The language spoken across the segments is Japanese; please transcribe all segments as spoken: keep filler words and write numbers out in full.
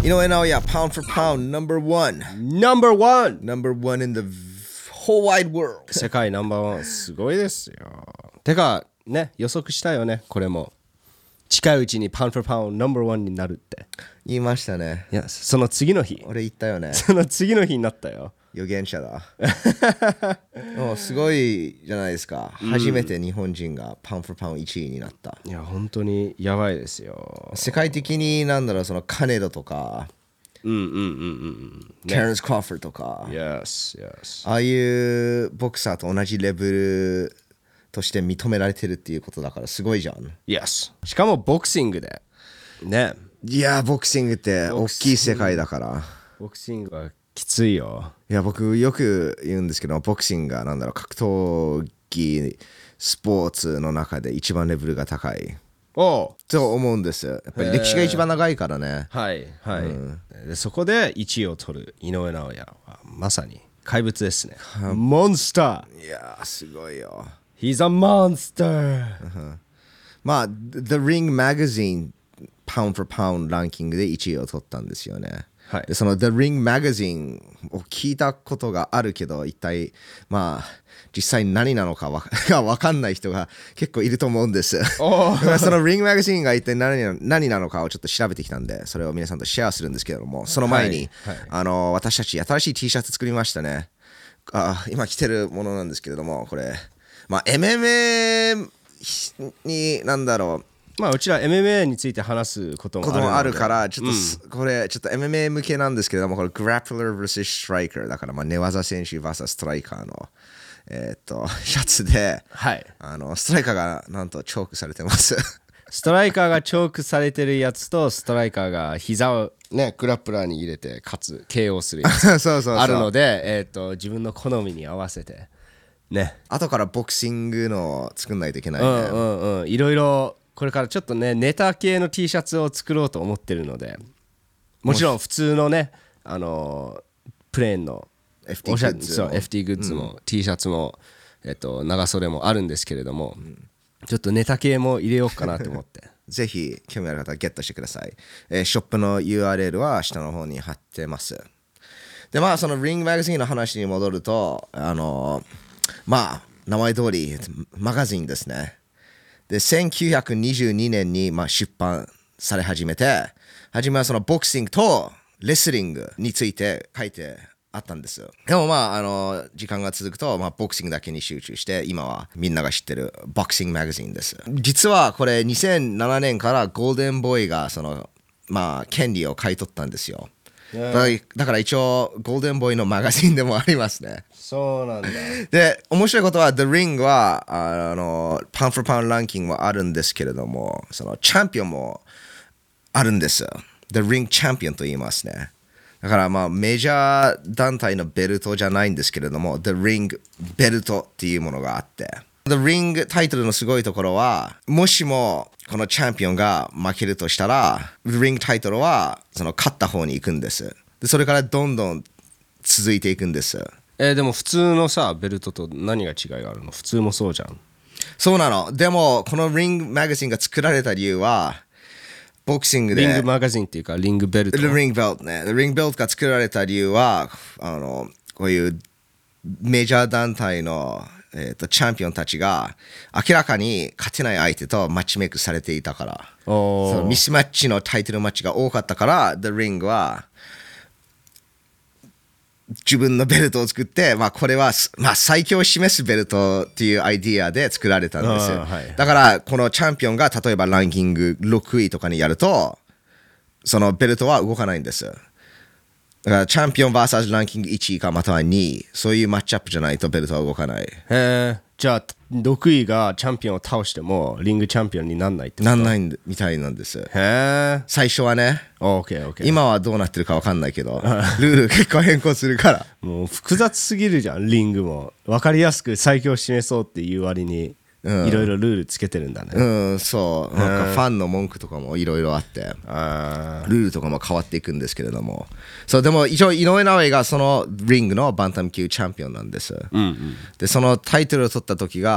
井上尚弥 pound for pound number one Number one number one in the whole wide world 世界ナンバーワンすごいですよ。てかね予測したよねこれも近いうちに pound for pound number one になるって言いましたね。 いやその次の日俺言ったよね。 その次の日になったよ。 予言者だもうすごいじゃないですか、うん、初めて日本人がパウンドフォーパウンドいちいになった。 いや本当にやばいですよ。 世界的になんだろうそのカネドとかうんうんうんうん、 ね、テレンス・クロフォードとか、 yes, yes. ああいうボクサーと同じレベルとして認められてるっていうことだからすごいじゃん。 Yes しかもボクシングでね。 いやボクシングって大きい世界だから。 ボクシングはきついよ。 いや僕よく言うんですけどボクシングがなんだろう格闘技スポーツの中で一番レベルが高いおと思うんです。やっぱり歴史が一番長いからね。 はいはい、うん、でそこでいちいを取る井上尚弥はまさに怪物ですね。モンスター。いやすごいよ。 He's a monster、 uh-huh. まあ The Ring Magazine Pound for Pound ランキングでいちいを取ったんですよね。はい、でその The Ring Magazine を聞いたことがあるけど一体まあ実際何なのかが分かんない人が結構いると思うんです。だからその Ring Magazine が一体 何, 何なのかをちょっと調べてきたんでそれを皆さんとシェアするんですけれども、その前に、はいはい、あの私たち新しい T シャツ作りましたね。あ今着てるものなんですけれどもこれまあ エムエムエー になんだろうまあうちら エムエムエー について話すこともあるのであるからちょっと、うん、これちょっと エムエムエー 向けなんですけれどもこれ Grappler vs Striker だからまあ寝技選手 vs ストライカーのえー、っとシャツで、はい、あのストライカーがなんとチョークされてますストライカーがチョークされてるやつとストライカーが膝をねグラップラーに入れてかつ ケーオー するやつそうそうそうあるのでえー、っと自分の好みに合わせてね後からボクシングの作んないといけないね。 うんうんうんいろいろこれからちょっとねネタ系の T シャツを作ろうと思ってるのでもちろん普通のねあのプレーンのエフティー グッズもエフティー グッズも、うん、T シャツも、えっと、長袖もあるんですけれども、うん、ちょっとネタ系も入れようかなと思ってぜひ興味ある方はゲットしてください、えー、ショップの ユーアールエル は下の方に貼ってます。でまあその Ring Magazine の話に戻るとあのー、まあ名前通りマガジンですね。でせんきゅうひゃくにじゅうにねんにまあ出版され始めて初めはそのボクシングとレスリングについて書いてあったんですよ。でもまああの時間が続くとまあボクシングだけに集中して今はみんなが知ってるボクシングマガジンです。実はこれにせんななねんからゴールデンボーイがそのまあ権利を買い取ったんですよ。だから一応ゴールデンボーイのマガジンでもありますね。 そうなんだ。 で面白いことは The Ring はあのパウンドフォーパウンドランキングもあるんですけれどもそのチャンピオンもあるんです。 The Ring チャンピオンと言いますね。だからまあメジャー団体のベルトじゃないんですけれども The Ring ベルトっていうものがあって The Ring タイトルのすごいところはもしもこのチャンピオンが負けるとしたら The Ring タイトルはその勝った方に行くんです。でそれからどんどん続いていくんです。 えー、でも普通のさベルトと何が違いがあるの？普通もそうじゃん。 そうなの。でもこの Ring マガジンが作られた理由はボクシングでリングマガジンっていうかリングベルト The Ring Belt ね The Ring Belt が作られた理由はあのこういうメジャー団体の、えー、とチャンピオンたちが明らかに勝てない相手とマッチメイクされていたからそのミスマッチのタイトルマッチが多かったから The Ring は自分のベルトを作って、まあ、これは、まあ、最強を示すベルトっていうアイディアで作られたんですよ、はい、だからこのチャンピオンが例えばランキングろくいとかにやるとそのベルトは動かないんです。だからチャンピオン ブイエス ランキングいちいかまたはにいそういうマッチアップじゃないとベルトは動かない。へえ。じゃあろくいがチャンピオンを倒してもリングチャンピオンになんないってこと？ なんないみたいなんです。へえ。 最初はね。 オーケーオーケー。 今はどうなってるか分かんないけどルール結構変更するからもう複雑すぎるじゃん。リングも分かりやすく最強を示そうっていう割にいろいろルールつけてるんだね。 うんそうなんかファンの文句とかもいろいろあってあルールとかも変わっていくんですけれどもそうでも一応井上尚弥がそのリングのバンタム級チャンピオンなんです、うんうん、でそのタイトルを取った時が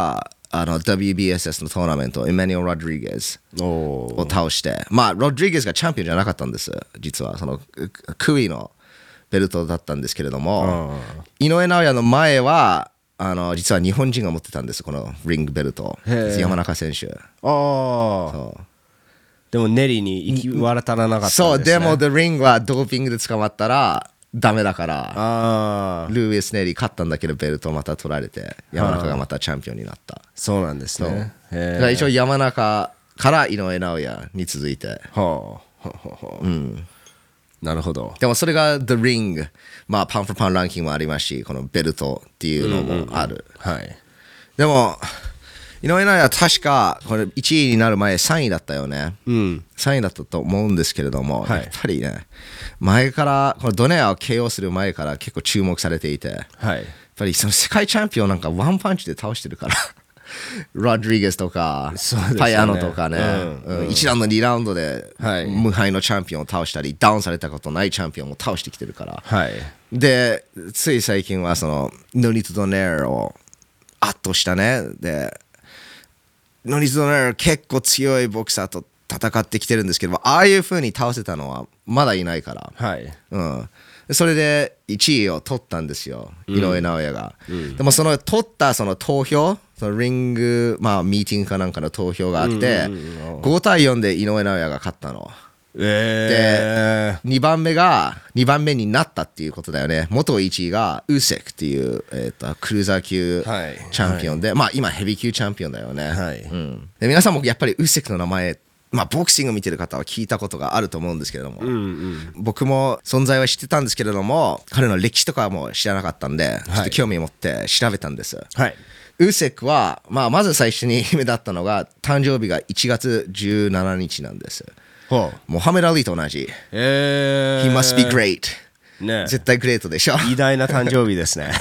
あの ダブリュービーエスエス のトーナメント、エマニュエル・ロドリゲスおを倒して、まあ、ロドリゲスがチャンピオンじゃなかったんです、実は。そのクイのベルトだったんですけれども、井上尚弥の前は、あの実は日本人が持ってたんです、このリングベルト、山中選手。 ああ。でもネリに行き渡らなかったんですね。 そう、でも The Ring はドーピングで捕まったらダメだから、 あルイス・ネリー勝ったんだけどベルトをまた取られて、山中がまたチャンピオンになった。 そうなんですね。 だから一応山中から井上尚弥に続いて。 はあ、はあはあ、うん。なるほど。 でもそれが The Ring、まあパウンド・フォー・パウンドランキングもありますし、このベルトっていうのもある。 うんうんうん、はい。 でも井上尚弥は確かこれいちいになる前さんいだったよね、うん、さんいだったと思うんですけれども、はい、やっぱりね前からこのドネアを ケーオー する前から結構注目されていて、はい、やっぱりその世界チャンピオンなんかワンパンチで倒してるからロドリゲスとか、ね、パイアノとかね、うんうん、いちラウンドにラウンドで無敗のチャンピオンを倒したり、ダウンされたことないチャンピオンも倒してきてるから、はい、でつい最近はそのノニト・ドネアを圧倒したね。でノニト・ドネア結構強いボクサーと戦ってきてるんですけど、ああいう風に倒せたのはまだいないから、はいうん、それでいちいを取ったんですよ、井上尚弥が、うん、でもその取ったその投票、そのリング、まあ、ミーティングかなんかの投票があって、うんうんうん、ごたいよんで井上尚弥が勝ったの。えー、でにばんめがにばんめになったっていうことだよね。元いちいがウーセクっていう、えー、とクルーザー級チャンピオンで、はいはい、まあ今ヘビー級チャンピオンだよね、はいうん、で皆さんもやっぱりウーセクの名前、まあ、ボクシング見てる方は聞いたことがあると思うんですけれども、うんうん、僕も存在は知ってたんですけれども彼の歴史とかも知らなかったんで、はい、ちょっと興味を持って調べたんです、はい、ウーセクは、まあ、まず最初に目立ったのが誕生日がいちがつじゅうしちにちなんです。モハメド・アリーと同じ、えー、He must be great、ね、絶対グレートでしょ。 偉大な誕生日ですね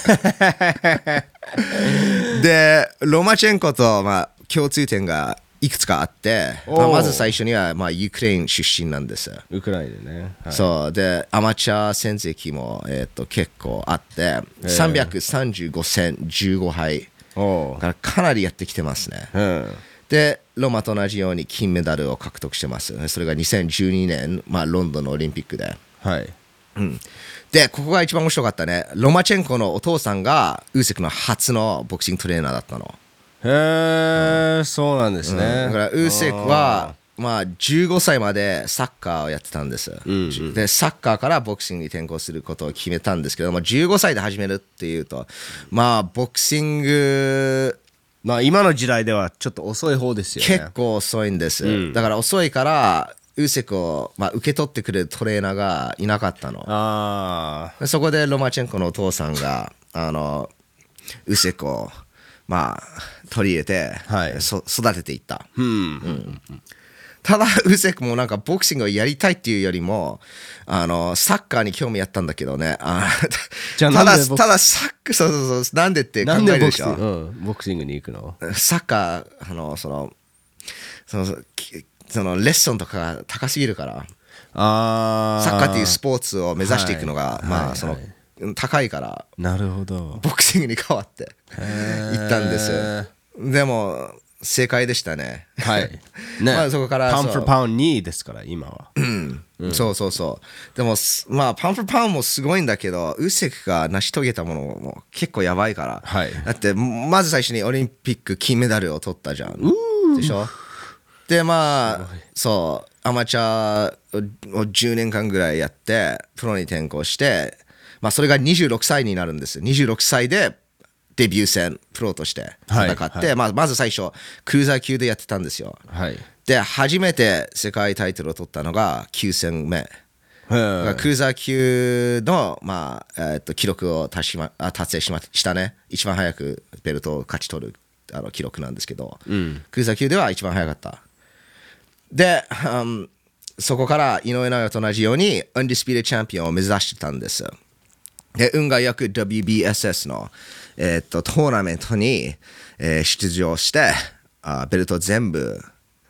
でロマチェンコと、まあ、共通点がいくつかあって、まあ、まず最初には、まあ、ユクレーン出身なんです。 ウクライナね、 はい、そうでアマチュア戦績も、えー、と結構あってさんびゃくさんじゅうごせんじゅうごはいだからかなりやってきてますね、うんでロマと同じように金メダルを獲得してます。それがにせんじゅうにねん、まあ、ロンドンのオリンピックで、はいうん、でここが一番面白かったね。ロマチェンコのお父さんがウーセクの初のボクシングトレーナーだったの。 へー、うん、そうなんですね、うん、 だからウーセクはまあ、じゅうごさいまでサッカーをやってたんです、うんうん、でサッカーからボクシングに転向することを決めたんですけども、じゅうごさいで始めるっていうとまあボクシングまあ今の時代ではちょっと遅い方ですよね。 結構遅いんです、うん、だから遅いからウーセクを、まあ、受け取ってくれるトレーナーがいなかったの。あそこでロマチェンコのお父さんがあのウーセクを、まあ、取り入れて、はい、そ育てていった、うんうん、ただウーセクもなんかボクシングをやりたいっていうよりもあのサッカーに興味あったんだけどね。あじゃあただただサッカーそうそうそうなんでって考えるでしょ。 なんでボクシング、うん、ボクシングに行くの？ サッカーあのそのそのそのレッスンとかが高すぎるから。あサッカーっていうスポーツを目指していくのが、はい、まあ、はい、その高いからなるほどボクシングに変わって行ったんです。でも正解でしたね。はい。 ね、まあそこからパウンド・フォー・パウンドにですから今は。 うんうん、そうそうそう。でもまあパウンド・フォー・パウンドもすごいんだけど、ウーセクが成し遂げたものも結構やばいから。はい。だってまず最初にオリンピック金メダルを取ったじゃん。でしょ。でまあそうアマチュアをじゅうねんかんぐらいやってプロに転向して、まあそれがにじゅうろくさいになるんです。にじゅうろくさいでデビュー戦プロとして戦って、はいはい、まあ、まず最初クルーザー級でやってたんですよ、はい、で初めて世界タイトルを取ったのがきゅう戦目、クルーザー級の、まあえー、っと記録を達し、ま、達成しましたね。一番早くベルトを勝ち取るあの記録なんですけど、うん、クルーザー級では一番早かった。で、うん、そこから井上尚弥と同じようにアンディスピリッドチャンピオンを目指してたんです。で運がよく ダブリュービーエスエス のえー、っとトーナメントに、えー、出場してあベルト全部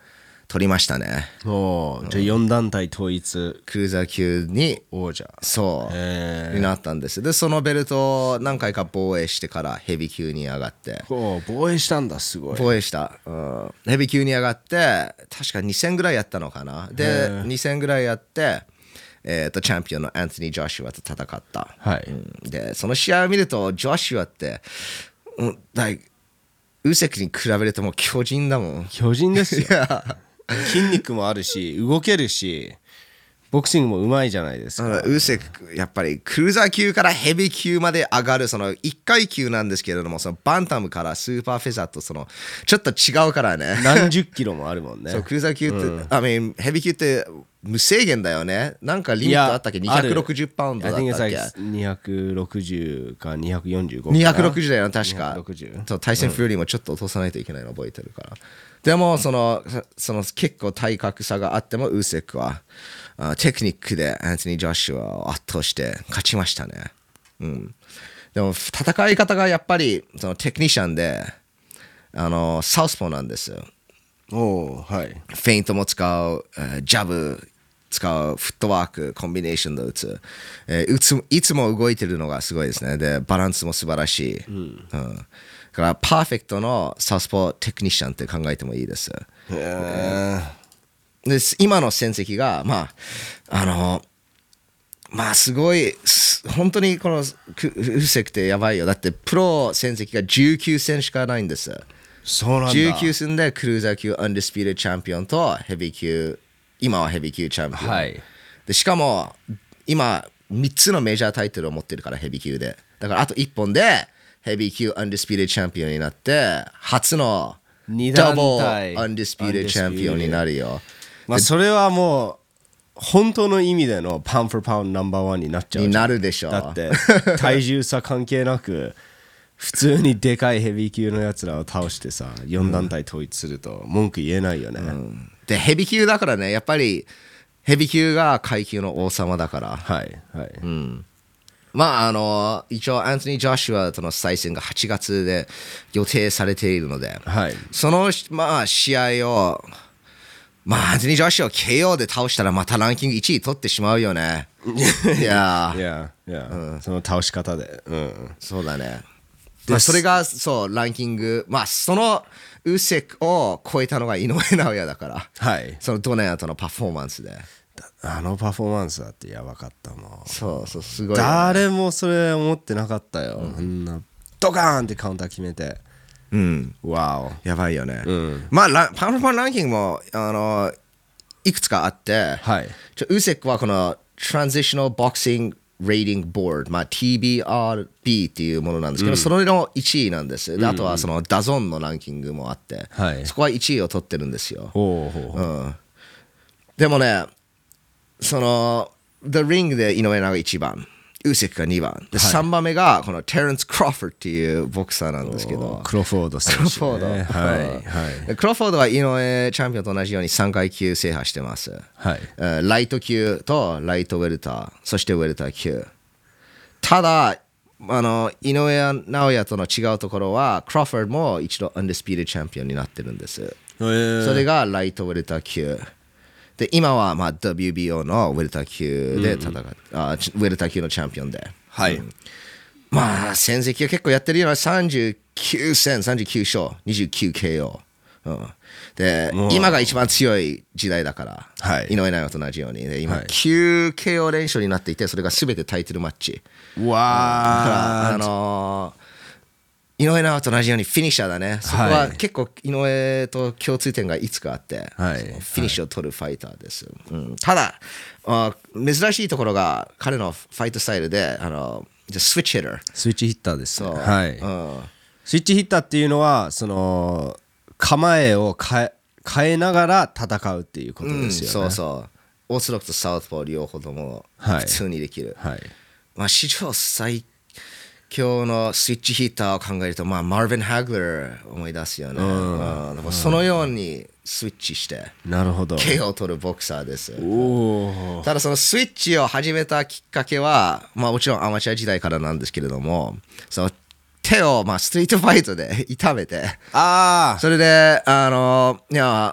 取りましたね。 おーじゃあよん団体統一クルーザー級に王者。 そうへーになったんです。でそのベルトを何回か防衛してからヘビー級に上がっておー防衛したんだ、すごい。 防衛した、うん、ヘビー級に上がって確かにせんぐらいやったのかな。でにせんぐらいやって、えー、とチャンピオンのアントニー・ジョシュアと戦った、 はい、 うん、でその試合を見るとジョシュアって、うん、だいウセクに比べるともう巨人だもん。 巨人ですよ。 いや筋肉もあるし動けるしボクシングもうまいじゃないですか。 ウセクやっぱりクルーザー級からヘビー級まで上がるそのいっかい級なんですけれども、そのバンタムからスーパーフェザーとそのちょっと違うからね。 何十キロもあるもんね。 そうクルーザー級って、うん、I mean ヘビー級って無制限だよね。なんかリミットあったっけ？にひゃくろくじゅうパウンドだったっけ？ にひゃくろくじゅうかにひゃくよんじゅうごにひゃくろくじゅうだよ確か。 にひゃくろくじゅうそうタイソン・フューリーもちょっと落とさないといけないの覚えてるから。でもそのその結構体格差があってもウセクはあテクニックでアントニー・ジョシュアを圧倒して勝ちましたね。うん、でも戦い方がやっぱりそのテクニシャンであのサウスポーなんですよ。 おーはい。 フェイントも使う、ジャブ使う、フットワーク、コンビネーションで打つ、えー、打ついつも動いてるのがすごいですね。で、バランスも素晴らしい。うんうん、だからパーフェクトのサウスポーテクニシャンって考えてもいいです。 へーで今の戦績が、まあ、あの、まあすごい、本当にこのウセクってやばいよ。だってプロ戦績がじゅうきゅう戦しかないんです。 そうなんだ。 じゅうきゅう戦でクルーザー級アンディスピューテッドチャンピオンとヘビー級、今はヘビー級チャンピオン、 はい、 でしかも今みっつのメジャータイトルを持ってるからヘビー級で、だからあといっぽんでヘビー級アンディスピューテッドチャンピオンになって初のダブルアンディスピューテッドチャンピオンになるよ。 まあそれはもう本当の意味でのパウンド・フォー・パウンドナンバーワンになっちゃう。 になるでしょう。 だって体重差関係なく普通にでかいヘビー級のやつらを倒してさよん団体統一すると文句言えないよね。うん、 でヘビー級だからね、やっぱりヘビー級が階級の王様だから。 はいはい、 うん、まああの一応アントニー・ジョシュアとの再戦がはちがつで予定されているので、 はい、 その、まあ、試合をまあアントニー・ジョシュアを ケーオー で倒したらまたランキングいちい取ってしまうよね。いやいやいや、うん、その倒し方で、うん、 そうだね。でそれがそうランキング、まあそのウセクを超えたのが井上尚弥だから、 はい、 そのドネアとのパフォーマンスで、 あのパフォーマンスだってやばかったもん。 そうそうすごい、ね、 誰もそれ思ってなかったよ、うん、んなドカーンってカウンター決めて、 うん、 わおやばいよね、 うん、 まあラパフォーマンスランキングもあのいくつかあって、 はい、 ちょウセクはこのトランジショナルボクシングレーティングボード、まあ、ティービーアールビー っていうものなんですけど、うん、それのいちいなんです。であとはそのダゾンのランキングもあって、 はい、 そこはいちいを取ってるんですよ。 ほうほうほう、 うん、でもねその The Ring で井上尚弥いちばん、ウセクがにばんで、はい、さんばんめがこのテレンス・クロフォードっていうボクサーなんですけど、 クロフォード選手、ね、 クロフォード、 はいはい、 クロフォードは井上チャンピオンと同じようにさんかい級制覇してます、 はい、 ライト級とライトウェルター、そしてウェルター級。ただあの井上尚弥との違うところはクロフォードも一度アンディスピューテッドチャンピオンになってるんです、 えー、 それがライトウェルター級で、今はまあ ダブリュービーオー のウェルター級で戦う、うん、あウェルター級のチャンピオンで、 はい、 うん、まあ戦績は結構やってるようなさんじゅうきゅう戦さんじゅうきゅう勝にじゅうきゅうケーオー、うん、で今が一番強い時代だから、はい、井上尚弥と同じようにで今、はい、きゅうケーオー 連勝になっていて、それが全てタイトルマッチ。 わー、 あのー井上尚弥と同じようにフィニッシャーだね。そこは結構井上と共通点がいつかあって、はい、フィニッシュを取るファイターです、はいうん、ただあ珍しいところが彼のファイトスタイルであのスイッチヒッタースイッチヒッターです、ね、 はい、 うん、スイッチヒッターっていうのはその構えを変え、変えながら戦うっていうことですよね、 うん、そうそうオーソドックスとサウスポー両方とも普通にできる、 はいはい、 まあ、史上最強のスイッチヒッターを考えると、まあ、マーヴィン・ハグラー思い出すよね、うんうん、そのようにスイッチしてなるほどケーオー を取るボクサーです。 おただそのスイッチを始めたきっかけは、まあ、もちろんアマチュア時代からなんですけれども、その手をまあストリートファイトで痛めて、 あそれであのいや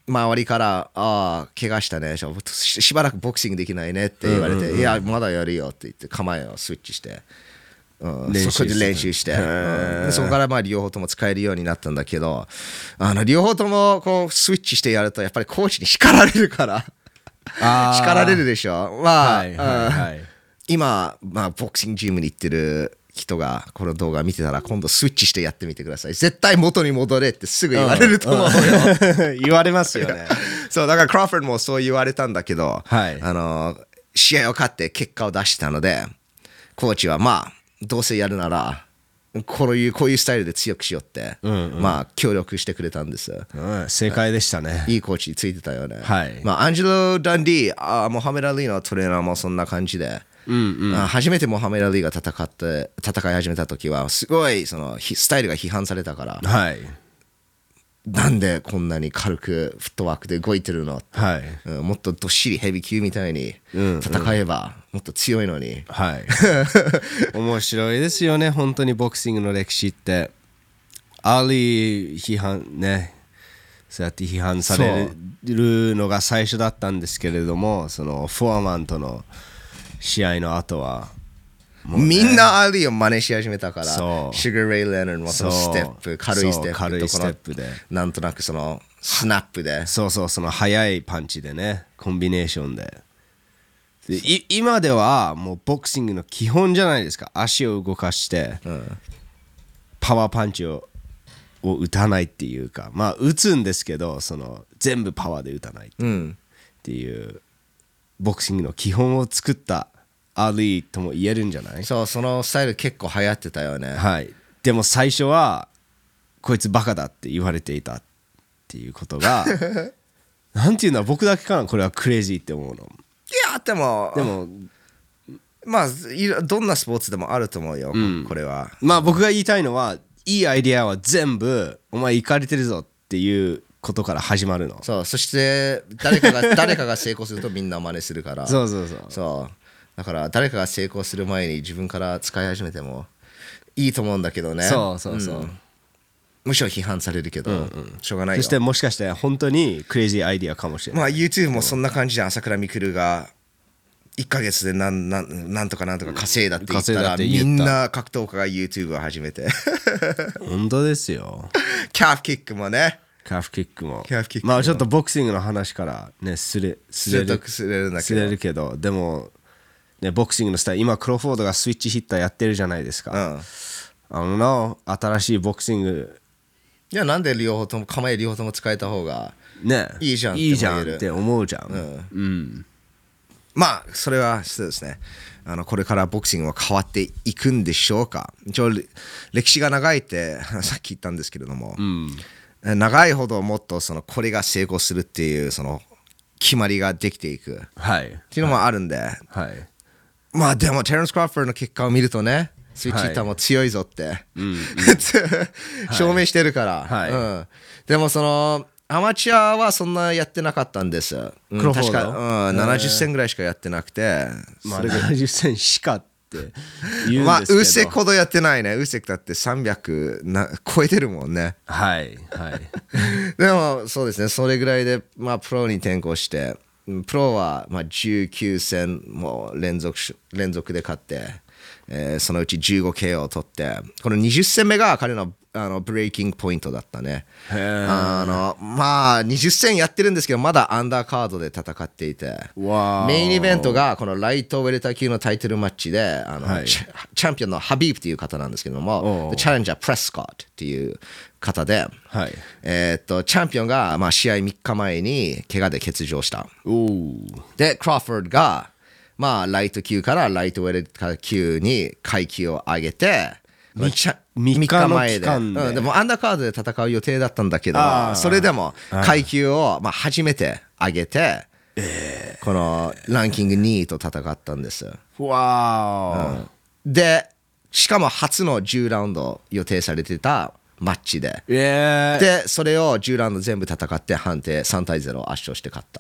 周りから「ああ怪我したねししばらくボクシングできないね」って言われて「いやまだやるよ」って言って構えをスイッチして、うん、そこで練習して、うん、そこからまあ両方とも使えるようになったんだけど、あの両方ともこうスイッチしてやるとやっぱりコーチに叱られるから叱られるでしょ。まあ、はいはいはい、今、まあ、ボクシングジムに行ってる人がこの動画見てたら今度スイッチしてやってみてください。絶対元に戻れってすぐ言われると思うよ、 うんうん、言われますよねそうだからクロフォードもそう言われたんだけど、 はい、 あの試合を勝って結果を出したのでコーチはまあどうせやるならこういうこういうスタイルで強くしようって、うんうん、まあ協力してくれたんです、 うん、正解でしたね。 いいコーチついてたよね、 はい、 まあ、アンジェロ・ダンディあモハメド・アリーのトレーナーもそんな感じで、うんうん、初めてモハメド・アリーが戦って戦い始めた時はすごいそのスタイルが批判されたから、 はい、 なんでこんなに軽くフットワークで動いてるのって、 はいうん、もっとどっしりヘビー級みたいに戦えばもっと強いのに、 はい面白いですよね本当にボクシングの歴史って。アリー批判ねそうやって批判されるのが最初だったんですけれども、そのフォアマンとの試合の後はもう、ね、みんなアリーを真似し始めたから、シュガー・レイ・レナードもそのステップ軽いステップ軽いステップでなんとなくそのスナップでそうそうその速いパンチでねコンビネーションで、でい今ではもうボクシングの基本じゃないですか。足を動かして、うん、パワーパンチをを打たないっていうか、まあ打つんですけどその全部パワーで打たないっていう、うん、ボクシングの基本を作ったアリーとも言えるんじゃない？ そうそのスタイル結構流行ってたよね。 はい。でも最初はこいつバカだって言われていたっていうことがなんていうのは僕だけかなこれはクレイジーって思うの。いやでもでもまあどんなスポーツでもあると思うよ、うん、これは。 まあ僕が言いたいのはいいアイデアは全部お前イカれてるぞっていうことから始まるの。 そうそして誰かが誰かが成功するとみんな真似するからそうそうそうそうだから誰かが成功する前に自分から使い始めてもいいと思うんだけどね。 そうそうそう、うん、 むしろ批判されるけど、うんうん、しょうがないよ。 そしてもしかして本当にクレイジーアイデアかもしれない。 まあ YouTube もそんな感じじゃん。朝倉未来がいっかげつでなんなんなんとかなんとか稼いだって言ったらみんな格闘家が YouTube を始めて本当ですよ。 キャフキックもねキャフキックもキャフキックもまあちょっとボクシングの話からねすれすれるすれるんだけどすれるけどでもねボクシングのスタイル今クロフォードがスイッチヒッターやってるじゃないですか、うん、あのな新しいボクシングいやなんで両方とも構え両方とも使えた方がねいいじゃんっていいじゃんって思うじゃん、 うんうん、まあそれはそうですね。あのこれからボクシングは変わっていくんでしょうか。一応歴史が長いってさっき言ったんですけれども、うん、長いほどもっとそのこれが成功するっていうその決まりができていく、 はい、 っていうのもあるんで、はいはい、 まあでもテレンス・クロフォードの結果を見るとねスイッチヒッターも強いぞって、はい、証明してるから、はいうん、でもそのアマチュアはそんなやってなかったんです、うん、確か、うん、ななじゅっせんぐらいしかやってなくて、 まあ、ななじゅっせんしかって言うんですけどまあウーセクほどやってないね。ウーセクだってさんびゃくな超えてるもんね。 はいはいでもそうですねそれぐらいで、まあ、プロに転向してプロはまあじゅうきゅうせんも連続連続で勝って、えー、そのうちじゅうごケーオー を取ってこのにじゅっせんめが彼のあのブレイキングポイントだったね。あのまあはにじゅっ戦やってるんですけどまだアンダーカードで戦っていてメインイベントがこのライトウェルター級のタイトルマッチであの、はい、チャンピオンのハビーブという方なんですけどもチャレンジャープレスコットっていう方で、はい、えー、っとチャンピオンが、まあ、試合みっかまえに怪我で欠場した。でクロフォードが、まあ、ライト級からライトウェルター級に階級を上げてみっかまえで、うん、でもアンダーカードで戦う予定だったんだけどそれでも階級を、まあ、初めて上げて、えー、このランキングにいと戦ったんです。 わー、 うん、でしかも初のじゅうラウンド予定されてたマッチで、 えー、 でそれをじゅうラウンド全部戦って判定さんたいゼロ圧勝して勝った。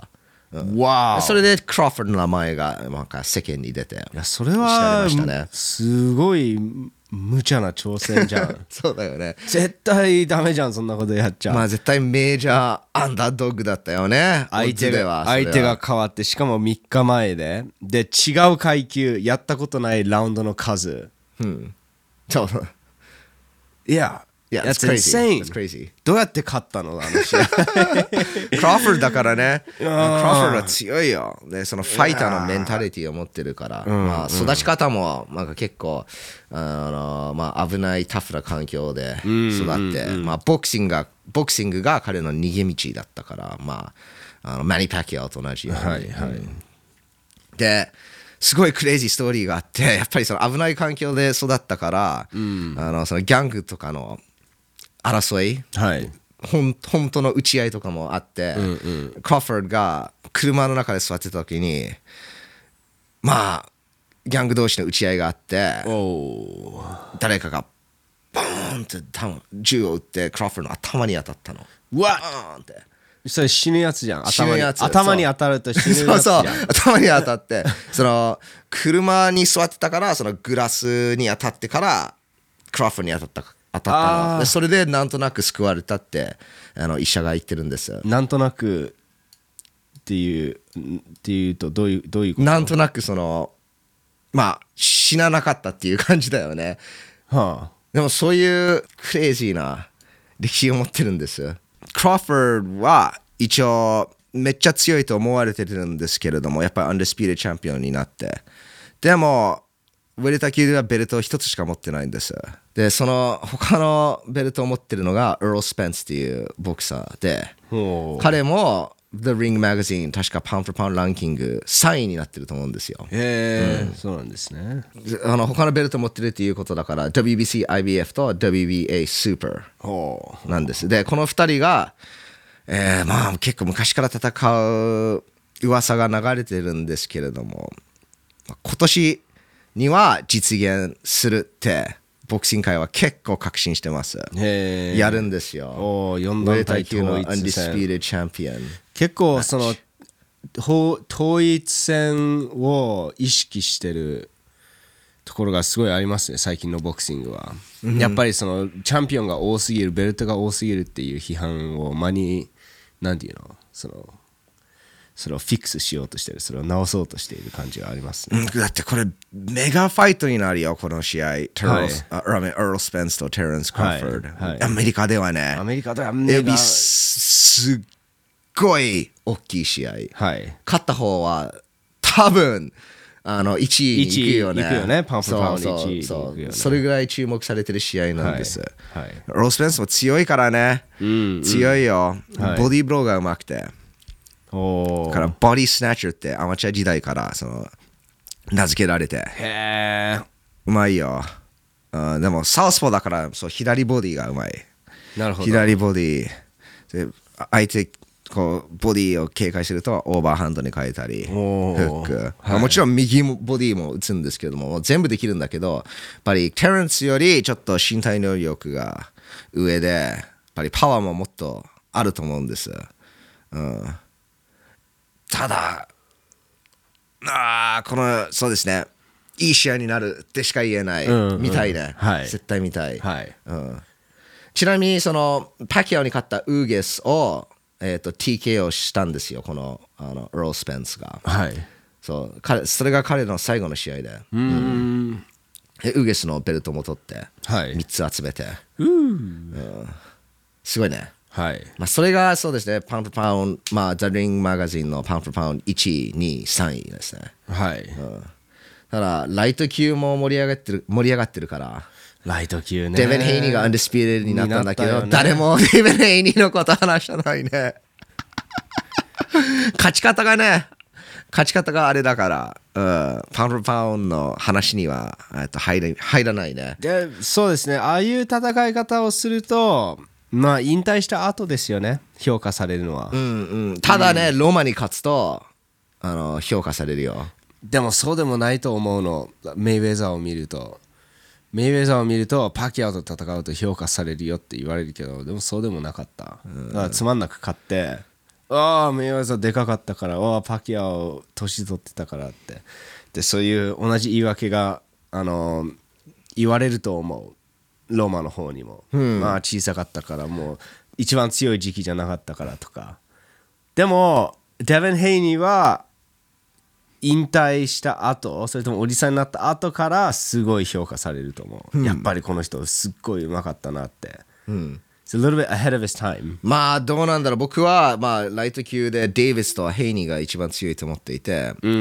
わーそれでクロフォードの名前がなんか世間に出て、 いやそれ知らはれましたねすごい無茶な挑戦じゃんそうだよね。 絶対ダメじゃんそんなことやっちゃう、 まあ絶対メジャーアンダードッグだったよね。 相手オッズではそれはが相手が変わってしかもみっかまえでで違う階級やったことないラウンドの数そういやいや、 that's it's crazy. insane It's crazy. どうやって勝ったのあの試合クロフォードだからね。クロフォードは強いよ。で、そのファイターのメンタリティを持ってるから、まあ、育ち方もなんか結構、あのまあ、危ないタフな環境で育って、まあ、ボクシングが、ボクシングが彼の逃げ道だったから、まあ、あのマニ・パキアオと同じように。 はいはいで、すごいクレイジーストーリーがあって、やっぱりその危ない環境で育ったから、あのそのギャングとかの争い、 はいほん本当の打ち合いとかもあって、クロフォードが車の中で座ってた時にまあギャング同士の打ち合いがあってお誰かがボーンって多分銃を撃ってクロフォードの頭に当たったの。 うわボーンってそれ死ぬやつじゃん死ぬやつ頭に頭に当たると死ぬやつじゃんそうそう頭に当たってその車に座ってたからそのグラスに当たってからクロフォードに当たった当たったのあーでそれでなんとなく救われたってあの医者が言ってるんですよ。 なんとなくっていうっていうとどういうどういうことなんとなくそのまあ死ななかったっていう感じだよね。 はでもそういうクレイジーな歴史を持ってるんです。クロフォードは一応めっちゃ強いと思われてるんですけれどもやっぱりアンディスピードチャンピオンになってでもウェルター級ではベルトを一つしか持ってないんです。でその他のベルトを持ってるのがエール・スペンスっていうボクサーでほう彼も The Ring Magazine 確かパウンド・フォー・パウンドランキングさんいになってると思うんですよ。 へえ、そうなんですねあの他のベルト持ってるっていうことだから ダブリュービーシー アイビーエフ と ダブリュービーエー スーパーほうなんです。でこのふたりが、えーまあ結構昔から戦う噂が流れてるんですけれども今年には実現するってボクシング界は結構確信してます。 へえやるんですよ。 おーよんウェルター団体級のアンディ統一戦スピードチャンピオン。 結構その統統一戦を意識してるところがすごいありますね最近のボクシングは、やっぱりそのチャンピオンが多すぎるベルトが多すぎるっていう批判を間になんていうのそのそれをフィックスしようとしてるそれを直そうとしている感じがありますね、 うんだってこれメガファイトになるよこの試合。テレはいンス、あエール・スペンスとテレンス・クロフォード、 はいはいアメリカではねアメリカではエビメガすっごい大きい試合。 はい勝った方は多分あのいちいに行くよね。 いちい行くよねパウンドパウンドそうそういちいに行そうくよねそれぐらい注目されてる試合なんです。 はいはいロースペンスも強いからね、 うん強いよ、 はいボディーブローがうまくておーからボディスナッチャーってアマチュア時代からその名付けられてへえうまいよ。うんでもサウスポーだからそう左ボディがうまい。 なるほど左ボディで相手こうボディを警戒するとオーバーハンドに変えたりフおーック、 はいまあもちろん右ボディも打つんですけれども全部できるんだけどやっぱりテレンスよりちょっと身体能力が上でやっぱりパワーももっとあると思うんです、うん、ただあーこのそうですねいい試合になるってしか言えない、 うんうん見たいね、 はい絶対見たい、 はいうんちなみにそのパキアオに勝ったウーゲスを、えー、と ティーケーオー したんですよこのあのエール・スペンスが。 はいそう彼それが彼の最後の試合で、 うーんでウーゲスのベルトも取ってはいみっつ集めて、 うーすごいね。 はいまあ、それがそうですねパウンドパウンド、まあ、ザ・リングマガジンのパウンドパウンドいちいにいさんいですね。 はいただライト級も盛り上がってる盛り上がってるからライト級ねデヴェン・ヘイニーがアンディスピードになったんだけど、 になったよね誰もデヴェン・ヘイニーのこと話してないね勝ち方がね勝ち方があれだから、うん、パウンドパウンドの話にはえっと入ら入らないね。 でそうですねああいう戦い方をするとまあ引退した後ですよね評価されるのは、 うんうん、ただね、ローマに勝つとあの評価されるよ。 でもそうでもないと思うのメイウェザーを見るとメイウェザーを見るとパキアオと戦うと評価されるよって言われるけどでもそうでもなかった、だからつまんなく勝ってああ、メイウェザーでかかったから、ああ、パキアオ年取ってたからって。で、そういう同じ言い訳が、あのー言われると思う。ローマの方にも。うん、まあ、小さかったから、もう、一番強い時期じゃなかったからとか。でも、デヴィン・ヘイニーは、引退した後、それともおじさんになった後からすごい評価されると思う。うん、やっぱりこの人すっごいうまかったなって。うん、It's a little bit ahead of his time. まあどうなんだろう。僕はまあライト級でデイビスとヘイニーが一番強いと思っていて、うん、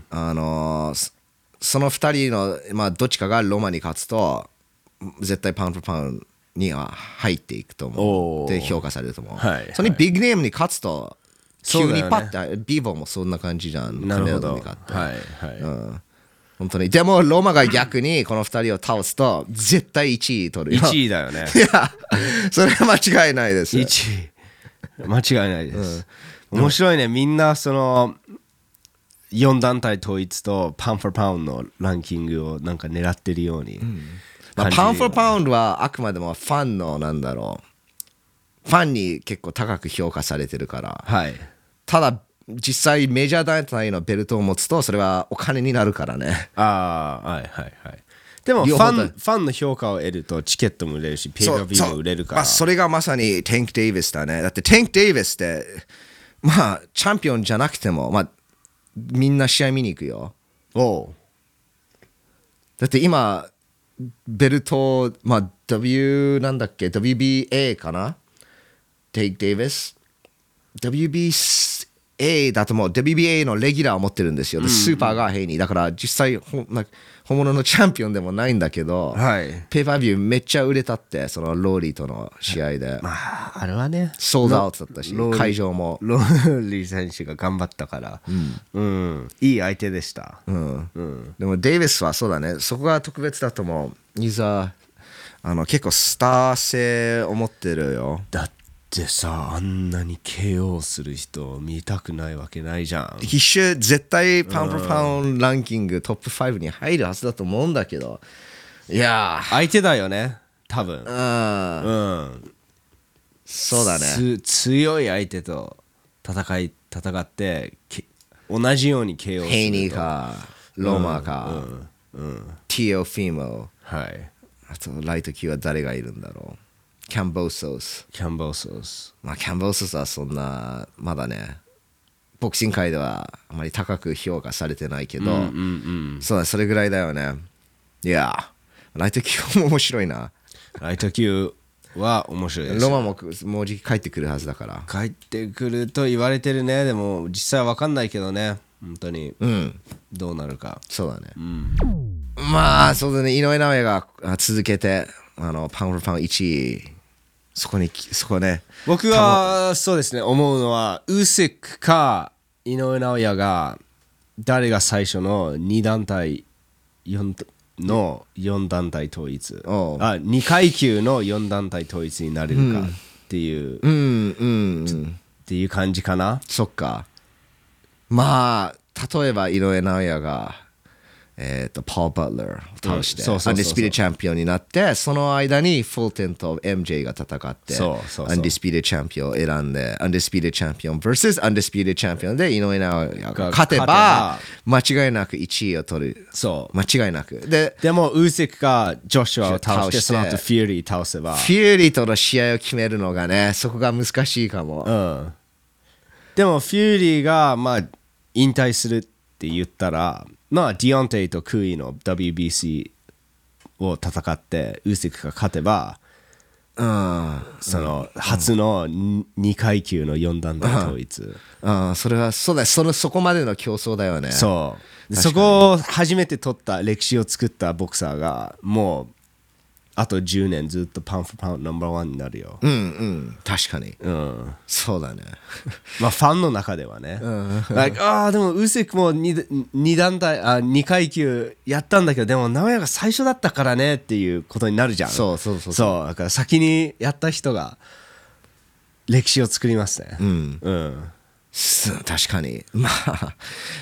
あのー、そのふたりのまあどっちかがロマに勝つと絶対パウンドパウンドには入っていくと思う。で評価されると思う。はい、それにビッグネームに勝つと急にパッて、ね、ビーボーもそんな感じじゃん。 なるほど。はいはい、うん。本当に。でもローマが逆にこのふたりを倒すと絶対いちい取るよ。 いちいだよね。 いや、それは間違いないです。 いちい。間違いないです。うん、面白いね。みんなそのよん団体統一とパウンド・フォー・パウンドのランキングをなんか狙ってるように。うんまあ、パウンド・フォー・パウンドはあくまでもファンのなんだろう。ファンに結構高く評価されてるから。 はい。 ただ実際メジャー団体のベルトを持つとそれはお金になるからね。 ああはいはいはい。でもファンファンの評価を得るとチケットも売れるしペイパービューも売れるから。 そ, そ, それがまさにタンク・デイビスだね。だってタンク・デイビスってまあチャンピオンじゃなくてもまあみんな試合見に行くよ。 おうだって今ベルトまあ W なんだっけ ダブリュービーエー かな。タンク・デイビス ダブリュービーエー だともう ダブリュービーエー のレギュラーを持ってるんですよ。でスーパーがヘイニーだから実際ほなんか本物のチャンピオンでもないんだけど、 はい、 ペーパービューめっちゃ売れたってそのローリーとの試合で、 まああれはねソールドアウトだったし会場もローリー選手が頑張ったから、うんうん、いい相手でした、 うんうん、でもデイビスはそうだねそこが特別だと思う。いざあの結構スター性を持ってるよ。 だってでさあんなに ケーオー する人見たくないわけないじゃん。 必修絶対パウンドパウンドランキングトップごに入るはずだと思うんだけどいや相手だよね多分。 うんうんそうだね。 強い相手と戦い戦って同じように ケーオー するとヘイニーかローマか、うんうんうん、ティオ・フィーモ、 はい、 あとライト級は誰がいるんだろう。キャンボーソス。 キャンボーソス。 まあキャンボーソスはそんなまだねボクシング界ではあまり高く評価されてないけど、うんうんうん、そうだそれぐらいだよね。いやライト級も面白いな。 ライト級は面白いです。 ロマももうじき帰ってくるはずだから。 帰ってくると言われてるね。でも実際は分かんないけどね本当に、うん、どうなるか。 そうだね、うん、まあそうだね井上尚弥が続けてあのパウンドパウンドいちいそこにそこね。 僕はそうですね思うのはウシックか井上尚弥が誰が最初のに団体よんのよん団体統一あに階級のよん団体統一になれるかっていう、うんうんうん、っていう感じかな。 そっか。まあ例えば井上尚弥がえー、とパー・バトラーを倒して、うん、アンディスピリチャンピオンになってその間にフォルテンと エムジェー が戦ってそうそうそうアンディスピリチャンピオンを選んでアンディスピリチャンピオン vs アンディスピリチャンピオンで井上尚弥が勝てば間違いなくいちいを取る。 そう間違いなく で, でもウーシックがジョシュアを倒してその後フューリー倒せばフューリーとの試合を決めるのがねそこが難しいかも、 うん、でもフューリーがまあ引退するって言ったらまあディオンテイとクイの ダブリュービーシー を戦ってウーシックが勝てば、うん、その初のに階級のよん団体統一、 うんうん、それはそうだ そ, そこまでの競争だよね。 そうそこを初めて取った歴史を作ったボクサーがもうあとじゅうねんずっとパウンド・フォー・パウンドナンバーワンになるよ。 うんうん確かに、 うん、 そうだねまあファンの中ではね、うん、like, ああでもウセクも 2, 2団体あに階級やったんだけどでも直哉が最初だったからねっていうことになるじゃん。 そうそうそうそうだから先にやった人が歴史を作りますね。 うん、うん、確かにまあ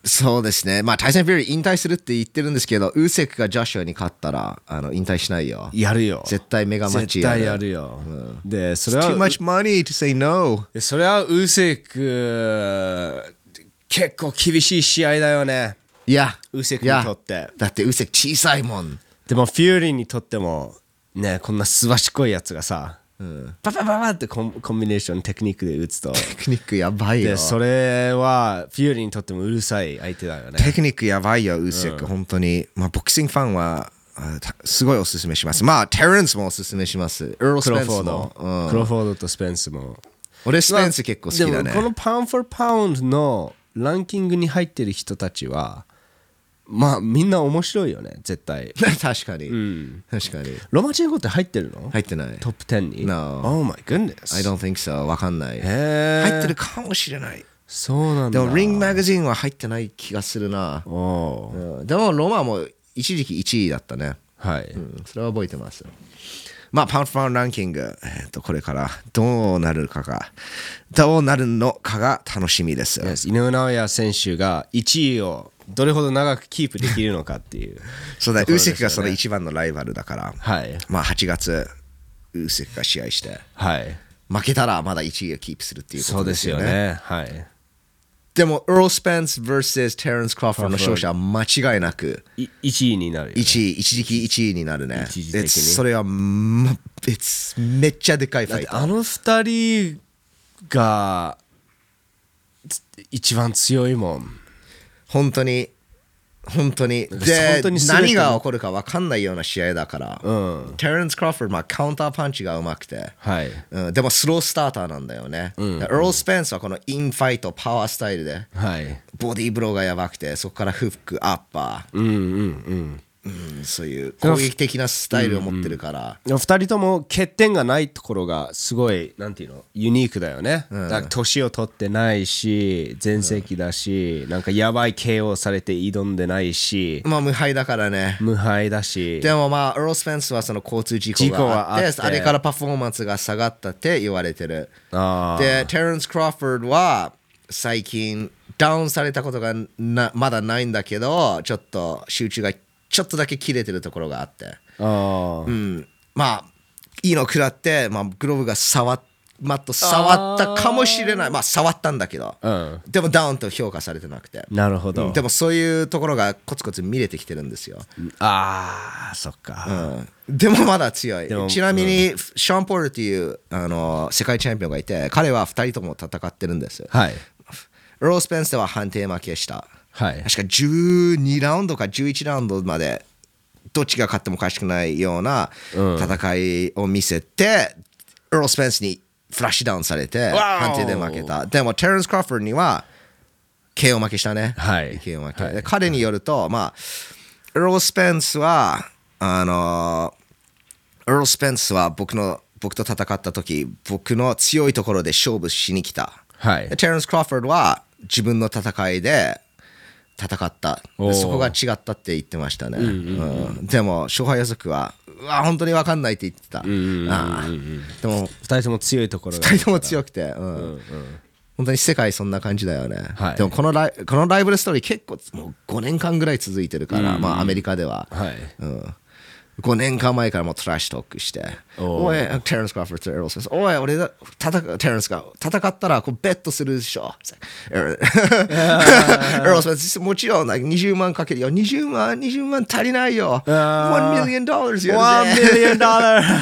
そうですね。まあ、タイソン・フューリー引退するって言ってるんですけど、ウーセクがジョシュアに勝ったら、あの引退しないよ。 やるよ。 絶対メガマッチ絶やる。 対やるよ。うん、で、それは。 Too much money to say no. でそれはウーセク、結構厳しい試合だよね。 いや、 ウーセクにとって。 だってウーセク小さいもん。 でもフューリーにとっても、ね、こんなすばしっこいやつがさ、うん、パパパパってコン、コンビネーションテクニックで打つとテクニックやばいよ。 でそれはフューリーにとってもうるさい相手だよね。 テクニックやばいよウーセク、うん、本当に、まあ、ボクシングファンはすごいおすすめします。まあテレンスもおすすめします。エール・スペンスもクロフォード、うん、クロフォードとスペンスも。 俺スペンス結構好きだね。 でもこのパウンド・フォー・パウンドのランキングに入ってる人たちはまあみんな面白いよね絶対。 確かに、うん、確かに。 ロマチェンコって入ってるの？ 入ってない。 トップじゅうに？ No. Oh my goodness. I don't think so. わかんない。 入ってるかもしれない。 そうなんだ。 でもリングマガジンは入ってない気がするな。 お、 うん、でもロマも一時期いちいだったね。 はい、 うん、それは覚えてます。まあパウンド・パウンドランキング、えー、とこれからどうなるかがどうなるのかが楽しみです。 Yes. 井上尚弥選手がいちいをどれほど長くキープできるのかっていうそうだ、ウーセクがその一番のライバルだから、 はい、 まあはちがつウーセクが試合して、 はい、 負けたらまだいちいをキープするっていうことですよね。 そうですよね、はい、 でもエール・スペンス vs テレンス・クロフォードの勝者は間違いなくいちいになるよ、ね、 いちい、一時期いちいになるね。 一時的にそれは、ま、めっちゃでかいファイト。 あの二人が一番強いもん。 本当に本当にで何が起こるか分かんないような試合だから、うん、テレンス・クロフォード、まあ、カウンターパンチがうまくて、はい、うん、でもスロースターターなんだよね、うん、エール・スペンスはこのインファイトパワースタイルで、はい、ボディーブローがやばくてそこからフックアッパー、うんうんうんうん、そういう攻撃的なスタイルを持ってるから、 うんうん、ふたりとも欠点がないところがすごいなんていうのユニークだよね、うん、だから年を取ってないし全盛期だし、うん、なんかやばい ケーオー されて挑んでないし、 まあ無敗だからね。 無敗だしでもまあエール・スペンスはその交通事故があって、あってあれからパフォーマンスが下がったって言われてる。でテレンス・クロフォードは最近ダウンされたことがなまだないんだけどちょっと集中がちょっとだけ切れてるところがあって、あ、うん、まあいいの食らって、まあ、グローブが触っマット触ったかもしれない。まあ触ったんだけど、うん、でもダウンと評価されてなくて。 なるほど、 うん、でもそういうところがコツコツ見れてきてるんですよ。 あーそっか、 うん、でもまだ強い。ちなみに、うん、ショーン・ポールっていうあの世界チャンピオンがいて彼はふたりとも戦ってるんです、はい、ロースペンスでは判定負けした、はい、確かじゅうにラウンドかじゅういちラウンドまでどっちが勝ってもおかしくないような戦いを見せて、うん、エール・スペンスにフラッシュダウンされて判定で負けた。でもテレンス・クロフォードには ケーオー 負けしたね、はい、ケーオー 負け、はい、で彼によると、まあ、エール・スペンスはあのエール・スペンスは僕の僕と戦った時僕の強いところで勝負しに来た、はい、テレンス・クロフォードは自分の戦いで戦った。そこが違ったって言ってましたね、うんうんうん、でも勝敗予測はうわ本当に分かんないって言ってた、うんうんうん、あでもふたりとも強いところがふたりとも強くて、うんうんうん、本当に世界そんな感じだよね、はい、でもこのライこのライバルストーリー結構もうごねんかんぐらい続いてるから、うんうん、まあアメリカでは、はい、うん、ごねんかんまえからもうトラッシュトークしておいテレンス・クロフォードとエール・スペンスおい俺だ戦テレンスが戦ったらこうベットするでしょエール・スペンスもちろんにじゅうまんかけるよにじゅうまんにじゅうまん足りないよいちミリオンドルやるぜいちミリオンドル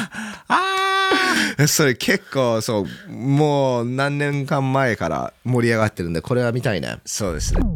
あそれ結構そうもう何年間前から盛り上がってるんでこれは見たいね。 そうですね、うん、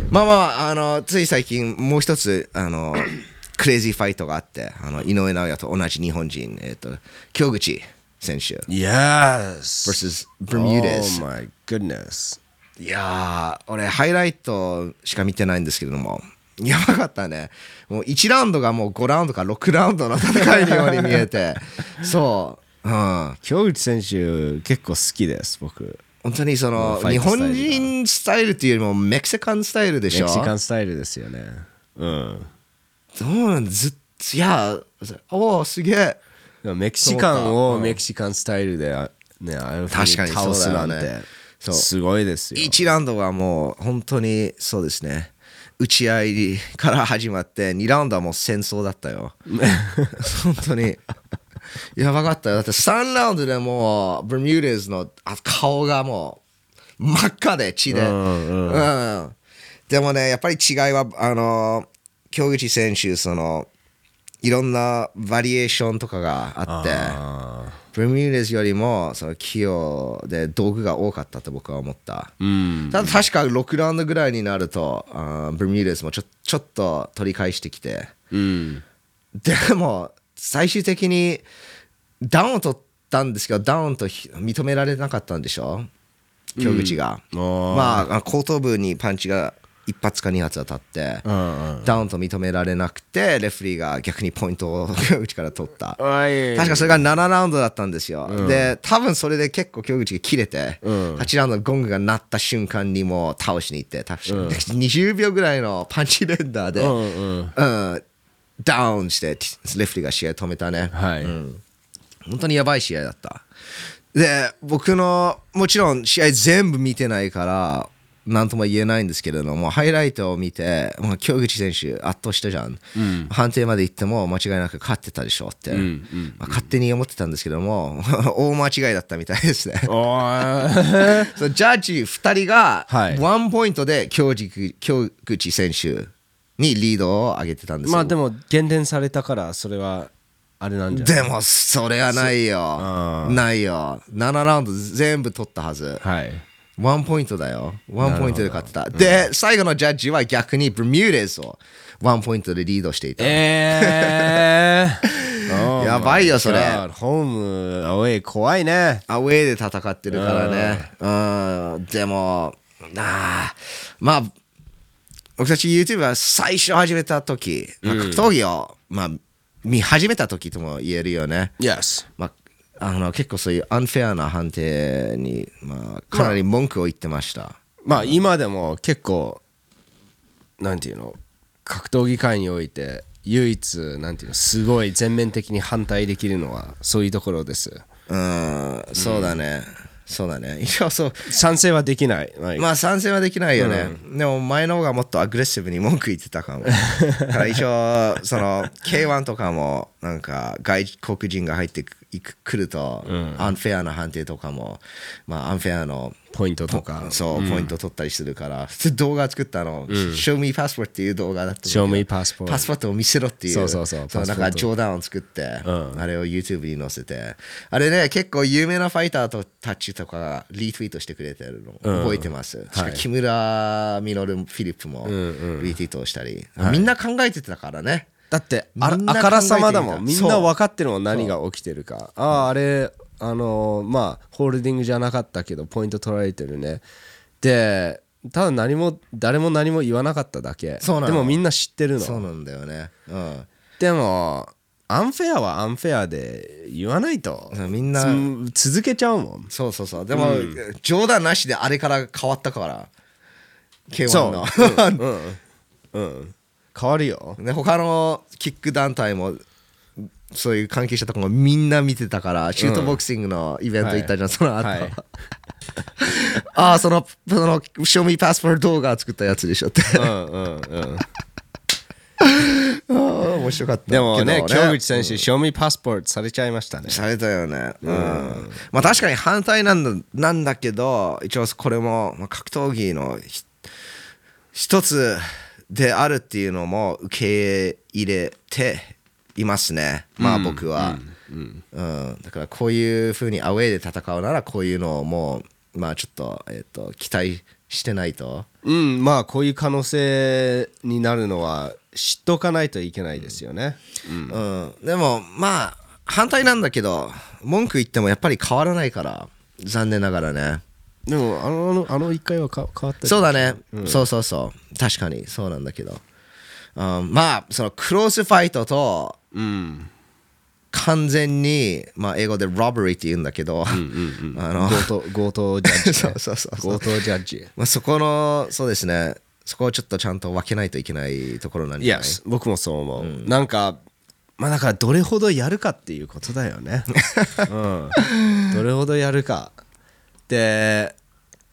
まあまああのつい最近もう一つあのクレイジーファイトがあってあの井上尚弥と同じ日本人、えー、と京口選手 Yes vs Bermudez Oh my goodness いやー俺ハイライトしか見てないんですけれどもやばかったね。もういちラウンドがもうごラウンドかろくラウンドの戦いのように見えてそう、うん、 京口選手結構好きです僕。 本当にその日本人スタイルっていうよりもメキシカンスタイルでしょ。 メキシカンスタイルですよね。うんどうなんずっといやおおすげえメキシカンをメキシカンスタイルでねああいう風に倒すなんてそうすごいですよ。 いちラウンドはもう本当にそうですね、打ち合いから始まってにラウンドはもう戦争だったよ本当にやばかったよ。だってさんラウンドでもうブミューデズの顔がもう真っ赤で血で、うんうんうん、でもねやっぱり違いはあの京口選手そのいろんなバリエーションとかがあってあブミューデズよりもその器用で道具が多かったと僕は思った、 うん、 ただ確かろくラウンドぐらいになるとあブミューデズもちょ、ちょっと取り返してきて、 うん、 でも最終的にダウンを取ったんですけどダウンと認められなかったんでしょ京口が、うん、まあ後頭部にパンチが一発か二発当たって、うんうん、ダウンと認められなくてレフェリーが逆にポイントを京口から取った。確かそれがななラウンドだったんですよ、うん、で多分それで結構京口が切れて、うん、はちラウンドのゴングが鳴った瞬間にもう倒しに行って確か、うん、にじゅうびょうぐらいのパンチ連打で、うんうんうん、ダウンしてレフェリーが試合止めたね、はい、うん、本当にやばい試合だった。で僕のもちろん試合全部見てないからなんとも言えないんですけれどもハイライトを見て、まあ、京口選手圧倒したじゃん、うん、判定まで行っても間違いなく勝ってたでしょって、うんうんまあ、勝手に思ってたんですけども大間違いだったみたいですねそうジャッジふたりがワンポイントで京口、京口選手にリードを上げてたんですよ。 まあでも減点されたからそれはあれなんじゃない。 でもそれはないよないよななラウンド全部取ったはず、はいワンポイントだよ。ワンポイントで勝ってた。で、最後のジャッジは逆にブミューデズをワンポイントでリードしていた。えー、やばいよ、それ。 ホーム、アウェイ怖いね。 アウェイで戦ってるからね。うん、でも、あまあ、僕たち YouTube は最初始めた時、まあ、格闘技を、まあ、見始めた時とも言えるよね。 Yes。 まああの結構そういうアンフェアな判定に、まあ、かなり文句を言ってました。 まあ今でも結構なんていうの格闘技界において唯一なんていうのすごい全面的に反対できるのはそういうところです。 うんそうだね、うん、そうだね。一応そう賛成はできない。 まあ賛成はできないよね、うん、でも前の方がもっとアグレッシブに文句言ってたかもだから一応その ケーワン とかもなんか外国人が入ってくると、うん、アンフェアな判定とかもまあアンフェアのポイントとかそう、うん、ポイント取ったりするから動画作ったの、うん、Show me passport っていう動画だった。 Show me passport パスポートを見せろっていうそうそうそうそうなんか冗談を作って、うん、あれを YouTube に載せてあれね結構有名なファイターたちとかがリツイートしてくれてるの覚えてます、うん、確か木村稔フィリップもリツイートしたり、うんうん、みんな考えてたからね。 だってああからさまだもん。みんな分かってるもん何が起きてるか。あああれあのー、まあホールディングじゃなかったけどポイント取られてるね。でただ何も誰も何も言わなかっただけ。でもみんな知ってるの。 そうなんだよね、うん、 でもアンフェアはアンフェアで言わないとみんな続けちゃうもん。 そうそうそう。でも、うん、冗談なしであれから変わったから ケーワン のそううん、うんうん、変わるよ。 で他のキック団体もそういう関係者とかもみんな見てたからシュートボクシングのイベント行ったじゃん、うん、その後、はい、ああそのその「Show me passport」動画作ったやつでしょってうんうんうん面白かった。 でもね、京口選手、うん、Show me passport されちゃいましたね。 されたよね。うん。まあ確かに反対なんだなんだけど、一応これも、まあ、格闘技の一つであるっていうのも受け入れていますね。まあ僕は。うんうんうん、だからこういう風にアウェーで戦うならこういうのをもうまあちょっとえっと期待してないと。 うん、まあこういう可能性になるのは知っておかないといけないですよね、 うんうん、でもまあ反対なんだけど文句言ってもやっぱり変わらないから残念ながらね。 でもあのあの一回はか変わった。 そうだね、うん、そうそうそう確かにそうなんだけど、うん、まあそのクロースファイトと、うん、完全に、まあ、英語で robbery って言うんだけど、うんうんうん、あの強盗強盗ジャッジ、ね、 そうそうそう強盗ジャッジ、 まあ、そこのそうですねそこをちょっとちゃんと分けないといけないところなんじゃない？ Yes 僕もそう思う、うん、なんかまあだからどれほどやるかっていうことだよね、うん、どれほどやるかで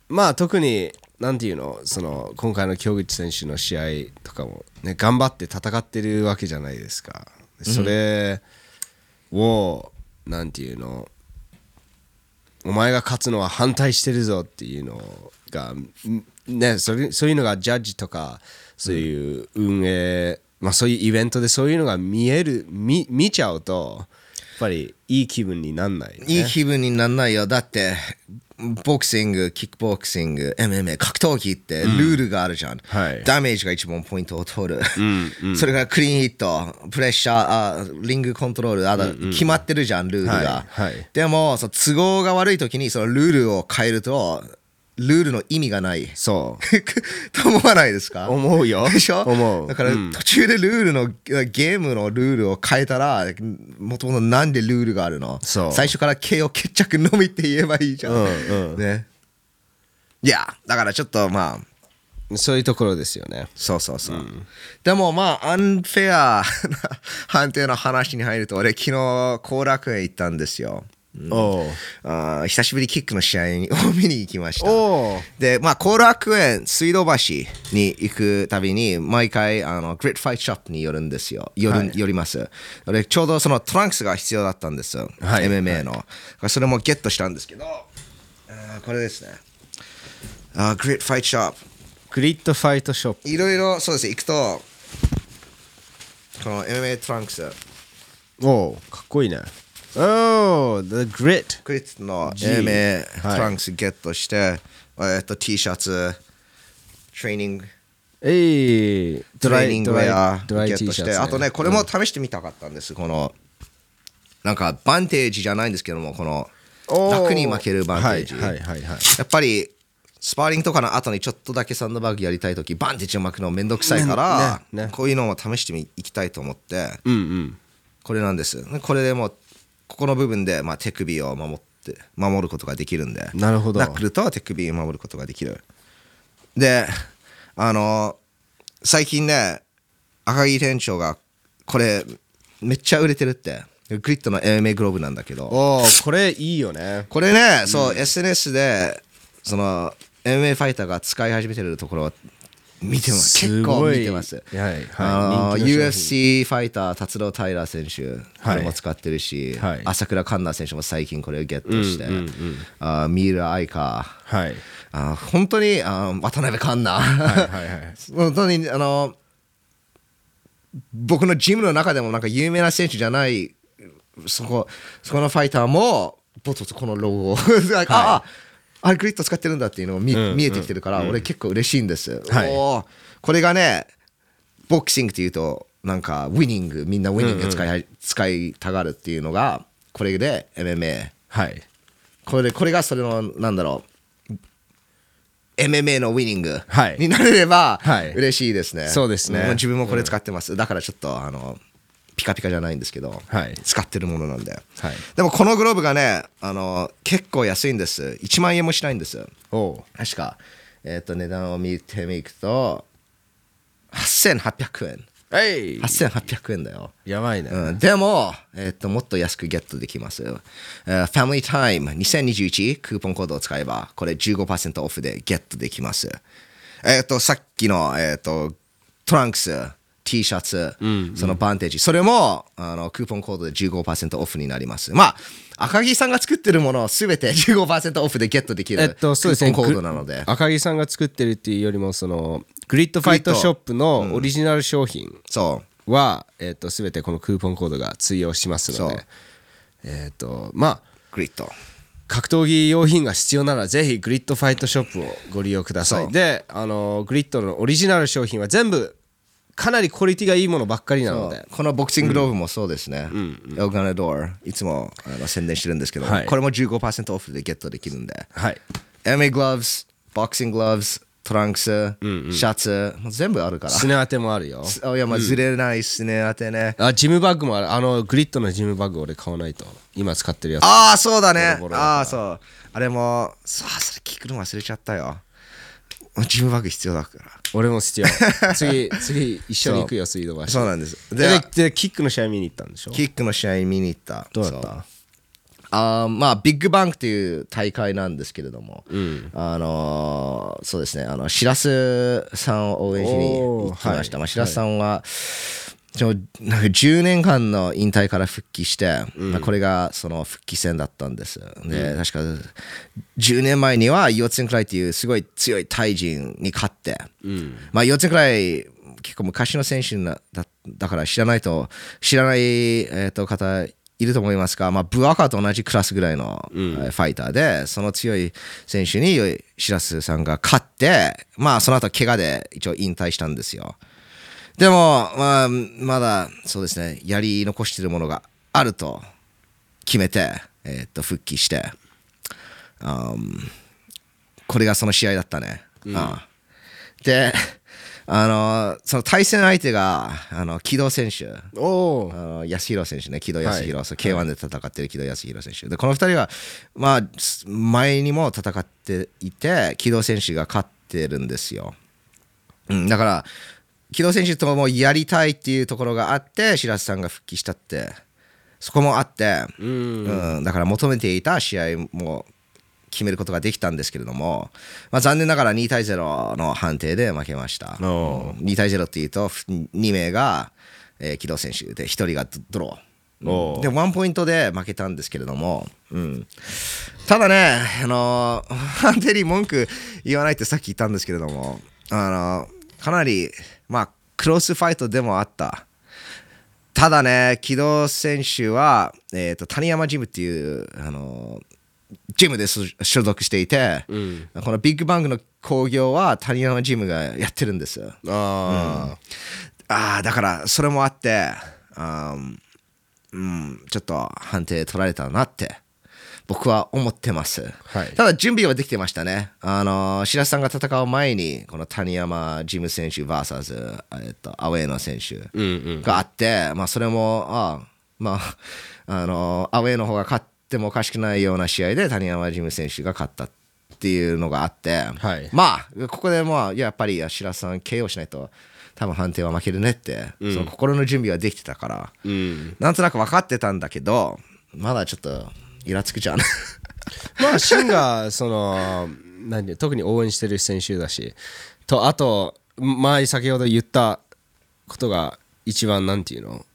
まあ特になんていうのその今回の京口選手の試合とかもね頑張って戦ってるわけじゃないですか。それをなんていうのお前が勝つのは反対してるぞっていうのがねそれそういうのがジャッジとかそういう運営、まあそういうイベントでそういうのが見える見見ちゃうとやっぱりいい気分になんない、ね、 いい気分になんないよ。だってボクシング、キックボクシング、エムエムエー、格闘技ってルールがあるじゃん、うんはい、ダメージが一番ポイントを取る、うんうん、それからクリーンヒット、プレッシャー、あリングコントロール、あ、うんうん、決まってるじゃんルールが、はいはい、でもその都合が悪い時にそのルールを変えるとルールの意味がないそうと思わないですか？ 思うよ。 でしょ？ 思う。 だから途中でルールのゲームのルールを変えたらもともとなんでルールがあるの？そう最初から ケーオー 決着のみって言えばいいじゃん、うんうん、ね。いやだからちょっとまあそういうところですよね。 そうそうそう、うん、でもまあアンフェアな判定の話に入ると俺昨日後楽園行ったんですよ。うん、あ久しぶりキックの試合を見に行きました。でまあ後楽園水道橋に行くたびに毎回あのグリッドファイトショップに寄るんですよ。寄る、はい、寄ります。俺ちょうどそのトランクスが必要だったんですよ、はい、エムエムエー の、はい、それもゲットしたんですけどあこれですねあグリッドファイトショップグリッドファイトショップいろいろそうです行くとこの エムエムエー トランクスおーかっこいいね。Oh, the grit. Grit の エムエムエー トランクスゲットして、はい、えっと T シャツ、トレーニング、 えい、 トレーニングウェアゲットして、ね、あとねこれも試してみたかったんです。このなんかバンテージじゃないんですけどもこの楽に負けるバンテージ。はいはいはいはい、やっぱりスパーリングとかの後にちょっとだけサンドバッグやりたいときバンテージを巻くのめんどくさいから、ねね、こういうのを試していきたいと思って、うんうん、これなんです。これでもここの部分で、まあ、手首を守って守ることができるんで、 なるほど。 ナックルと手首を守ることができる。で、あの最近ね、赤木店長がこれめっちゃ売れてるって。グリッドの エムエムエー グローブなんだけど。 おー、これいいよね。 これね、うん、そう エスエヌエス でその エムエムエー ファイターが使い始めてるところを見てます。結構見てます。はいはい、ユーエフシー ファイター達郎平選手これも使ってるし、はい、朝倉環奈選手も最近これをゲットして、うんうんうん、あ三浦愛花、はい、あ本当にあ渡辺環奈、はいはいはい、本当にあの僕のジムの中でもなんか有名な選手じゃないそこそこのファイターもぼつぼつこのロゴをはい、ああれグリッド使ってるんだっていうのが 見,、うん、見えてきてるから、うん、俺結構嬉しいんです、はい、おこれがねボクシングっていうとなんかウィニングみんなウィニング使い、うんうん、使いたがるっていうのがこれで エムエムエー、はい、これでこれがそれのなんだろう エムエムエー のウィニングになれれば嬉しいですね、はい、 そうですね。 自分もこれ使ってます、うん、だからちょっとあのピカピカじゃないんですけど、はい、使ってるものなんで、はい、でもこのグローブがねあの結構安いんです。いちまんえんもしないんです。お確か、えー、と値段を見てみるとはっせんはっぴゃくえん、はい、はっせんはっぴゃくえんだよ。 やばいね、 うん、でも、えー、ともっと安くゲットできます、uh, Family Time にせんにじゅういちクーポンコードを使えばこれ じゅうごパーセント オフでゲットできます。えっ、ー、とさっきの、えー、とトランクスT シャツ、うんうん、そのバンテージそれもあのクーポンコードで じゅうごパーセント オフになります。まあ赤木さんが作ってるものを全て じゅうごパーセント オフでゲットできる、えっとそうですね、クーポンコードなので赤木さんが作ってるっていうよりもそのグリッドファイトショップのオリジナル商品は、うん、えっと全てこのクーポンコードが通用しますので、えっとまあグリッド格闘技用品が必要ならぜひグリッドファイトショップをご利用ください。であのグリッドのオリジナル商品は全部かなりクオリティがいいものばっかりなので、 このボクシンググローブもそうですね、うんうん、エルガナドーいつもあの宣伝してるんですけど、はい、これも じゅうごパーセント オフでゲットできるんで、はい、エムエムエー グローブス、ボクシンググローブス、トランクス、うんうん、シャツもう全部あるから。 スネ当てもあるよ。 いやまあずれないスネ当てね、 うん、あジムバッグもある。あのグリッドのジムバッグ俺買わないと。今使ってるやつ。 ああそうだね。ボロボロああそうあれもそうそれ聞くの忘れちゃったよ。ジムバッグ必要だから。 俺も必要。次次一緒に行くよ水道橋。 そうなんです。 ででキックの試合見に行ったんでしょ。 キックの試合見に行った。 どうだった？ あまあビッグバンクっていう大会なんですけれども、 うん、 あのー、そうですね、あの白洲さんを応援しに行きました。まあ、白洲さんは、はい、なんかじゅうねんかんの引退から復帰して、うん、まあ、これがその復帰戦だったんです。で、うん、確かじゅうねんまえにはヨーツェンクライっていうすごい強いタイ人に勝って、うん、まあヨーツェンクライ結構昔の選手だだから知らないと知らない、えー、と方いると思いますが、まあ、ブアカーと同じクラスぐらいの、うん、ファイターで、その強い選手に白洲さんが勝って、まあその後怪我で一応引退したんですよ。でも、まあ、まだそうですね、やり残しているものがあると決めて、えー、っと復帰して、um、これがその試合だったね。うん、ああであのその対戦相手があの木戸選手、おあの安弘選手ね、木戸康弘、はい、ケーワン で戦ってる木戸康弘選手で、このふたりは、まあ、前にも戦っていて木戸選手が勝ってるんですよ、うん、だから木戸選手ともやりたいっていうところがあって白洲さんが復帰したってそこもあって、うん、うん、だから求めていた試合も決めることができたんですけれども、まあ、残念ながらにたいゼロの判定で負けました。にたいゼロっていうとにめいが、えー、木戸選手でひとりがドローでワンポイントで負けたんですけれども、うん、ただね、あのー、判定に文句言わないってさっき言ったんですけれども、あのー、かなり、まあ、クロスファイトでもあった。ただね、木戸選手は、えーと、谷山ジムっていう、あのージムで所属していて、うん、このビッグバングの興行は谷山ジムがやってるんですよ。あ、うん、あだからそれもあってあ、うん、ちょっと判定取られたなって僕は思ってます、はい、ただ準備はできてましたね。あの白洲さんが戦う前にこの谷山ジム選手 ブイエス、えっと、アウェーの選手があって、うんうん、まあ、それもあ、まあ、あのアウェーの方が勝ってでもおかしくないような試合で谷山ジム選手が勝ったっていうのがあって、はい、まあここでまあやっぱり白洲さん ケーオー しないと多分判定は負けるねって、うん、その心の準備はできてたから、うん、なんとなく分かってたんだけどまだちょっとイラつくじゃんまあシンがその何特に応援してる選手だしと、あと前先ほど言ったことが一番なんていうの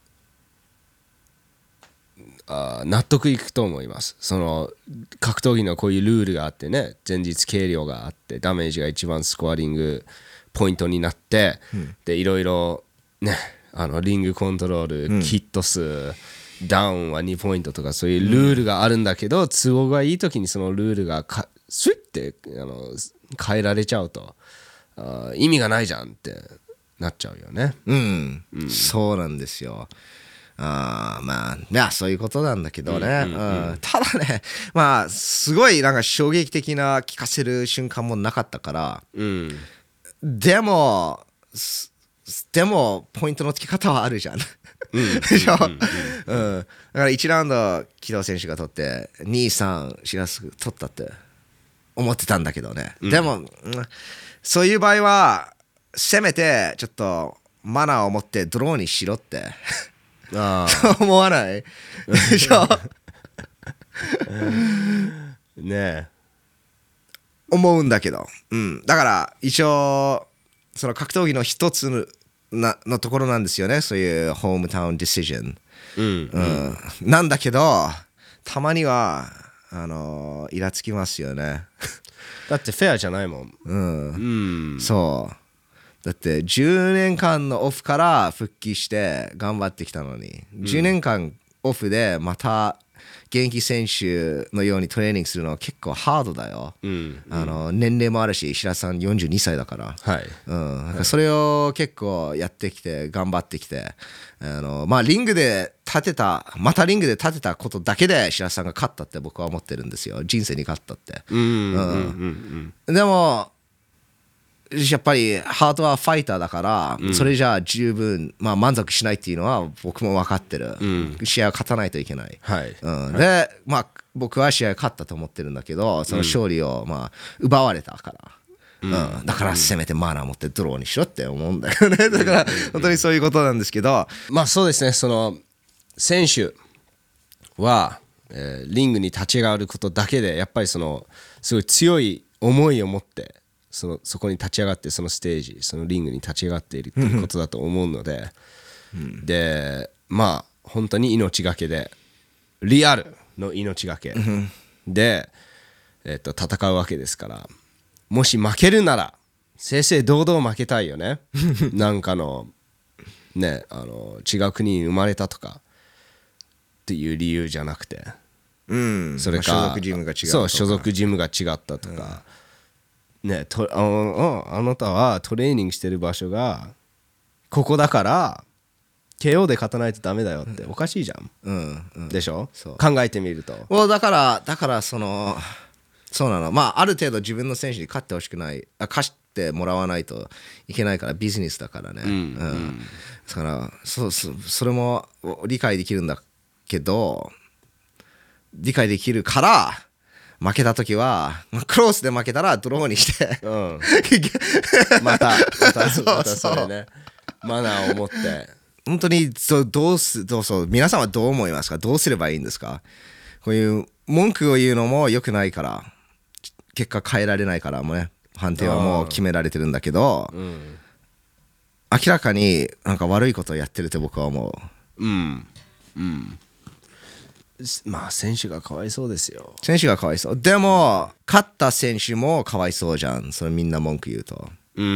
あ納得いくと思います。その格闘技のこういうルールがあってね、前日計量があってダメージが一番スコアリングポイントになって、うん、でいろいろね、あのリングコントロール、うん、ヒット数ダウンはにポイントとかそういうルールがあるんだけど、うん、都合がいい時にそのルールがかスイッてあの変えられちゃうとあ意味がないじゃんってなっちゃうよね。 うん、うん、そうなんですよ。あまあ、いやそういうことなんだけどね、うんうんうん、ただね、まあすごいなんか衝撃的な聞かせる瞬間もなかったから、うん、でもでもポイントのつき方はあるじゃんでしょ、うん、だからいちラウンド木戸選手が取ってに、さん白洲取ったって思ってたんだけどね、うん、でも、うん、そういう場合はせめてちょっとマナーを持ってドローにしろってあそう思わないでしょねえ思うんだけど、うん、だから一応その格闘技の一つなのところなんですよね、そういうホームタウンディシジョン、うんうん、なんだけどたまにはあのイラつきますよねだってフェアじゃないもん、 うんうん、そうだってじゅうねんかんのオフから復帰して頑張ってきたのに、うん、じゅうねんかんオフでまた現役選手のようにトレーニングするのは結構ハードだよ、うん、あの年齢もあるし白洲さんよんじゅうにさいだから、はいうん、なんかそれを結構やってきて頑張ってきてあの、まあ、リングで立てたまたリングで立てたことだけで白洲さんが勝ったって僕は思ってるんですよ、人生に勝ったって、うんうんうん、でもやっぱりハートはファイターだから、うん、それじゃあ十分、まあ、満足しないっていうのは僕も分かってる、うん、試合を勝たないといけない、はいうん、で、はい、まあ、僕は試合勝ったと思ってるんだけどその勝利を、まあ、奪われたから、うんうん、だからせめてマナー持ってドローにしろって思うんだよねだから本当にそういうことなんですけど、 まあそうですね、その選手はえーリングに立ち上がることだけでやっぱりそのすごい強い思いを持ってそのそこに立ち上がってそのステージそのリングに立ち上がっているっていうことだと思うので、でまあ本当に命がけでリアルの命がけで、えー、と戦うわけですから、もし負けるなら正々堂々負けたいよねなんかのねあの違う国に生まれたとかっていう理由じゃなくて、 うん、 それか、 まあ所属ジムが違うとか、 そう所属ジムが違ったとか、うん、ねとあのあなたはトレーニングしてる場所がここだから ケーオー で勝たないとダメだよっておかしいじゃん、 うんうん、 でしょ、 そう考えてみると。 well, だからだからそのそうなの、まあある程度自分の選手に勝ってほしくない、あ勝ってもらわないといけないから、ビジネスだからね、 うんうんうんだからそうそそれも理解できるんだけど、理解できるから負けた時はクロースで負けたらドローにしてうんまたまたそうそうまたそれねマナーを持って本当にそうどうすどうそう皆さんはどう思いますか？どうすればいいんですか？こういう文句を言うのも良くないから、結果変えられないからもね、判定はもう決められてるんだけど、 うん、 明らかになんか悪いことをやってるって僕は思う。 うんうんまあ選手がかわいそうですよ。 選手がかわいそう。でも勝った選手もかわいそうじゃん、それみんな文句言うと、 うんうん、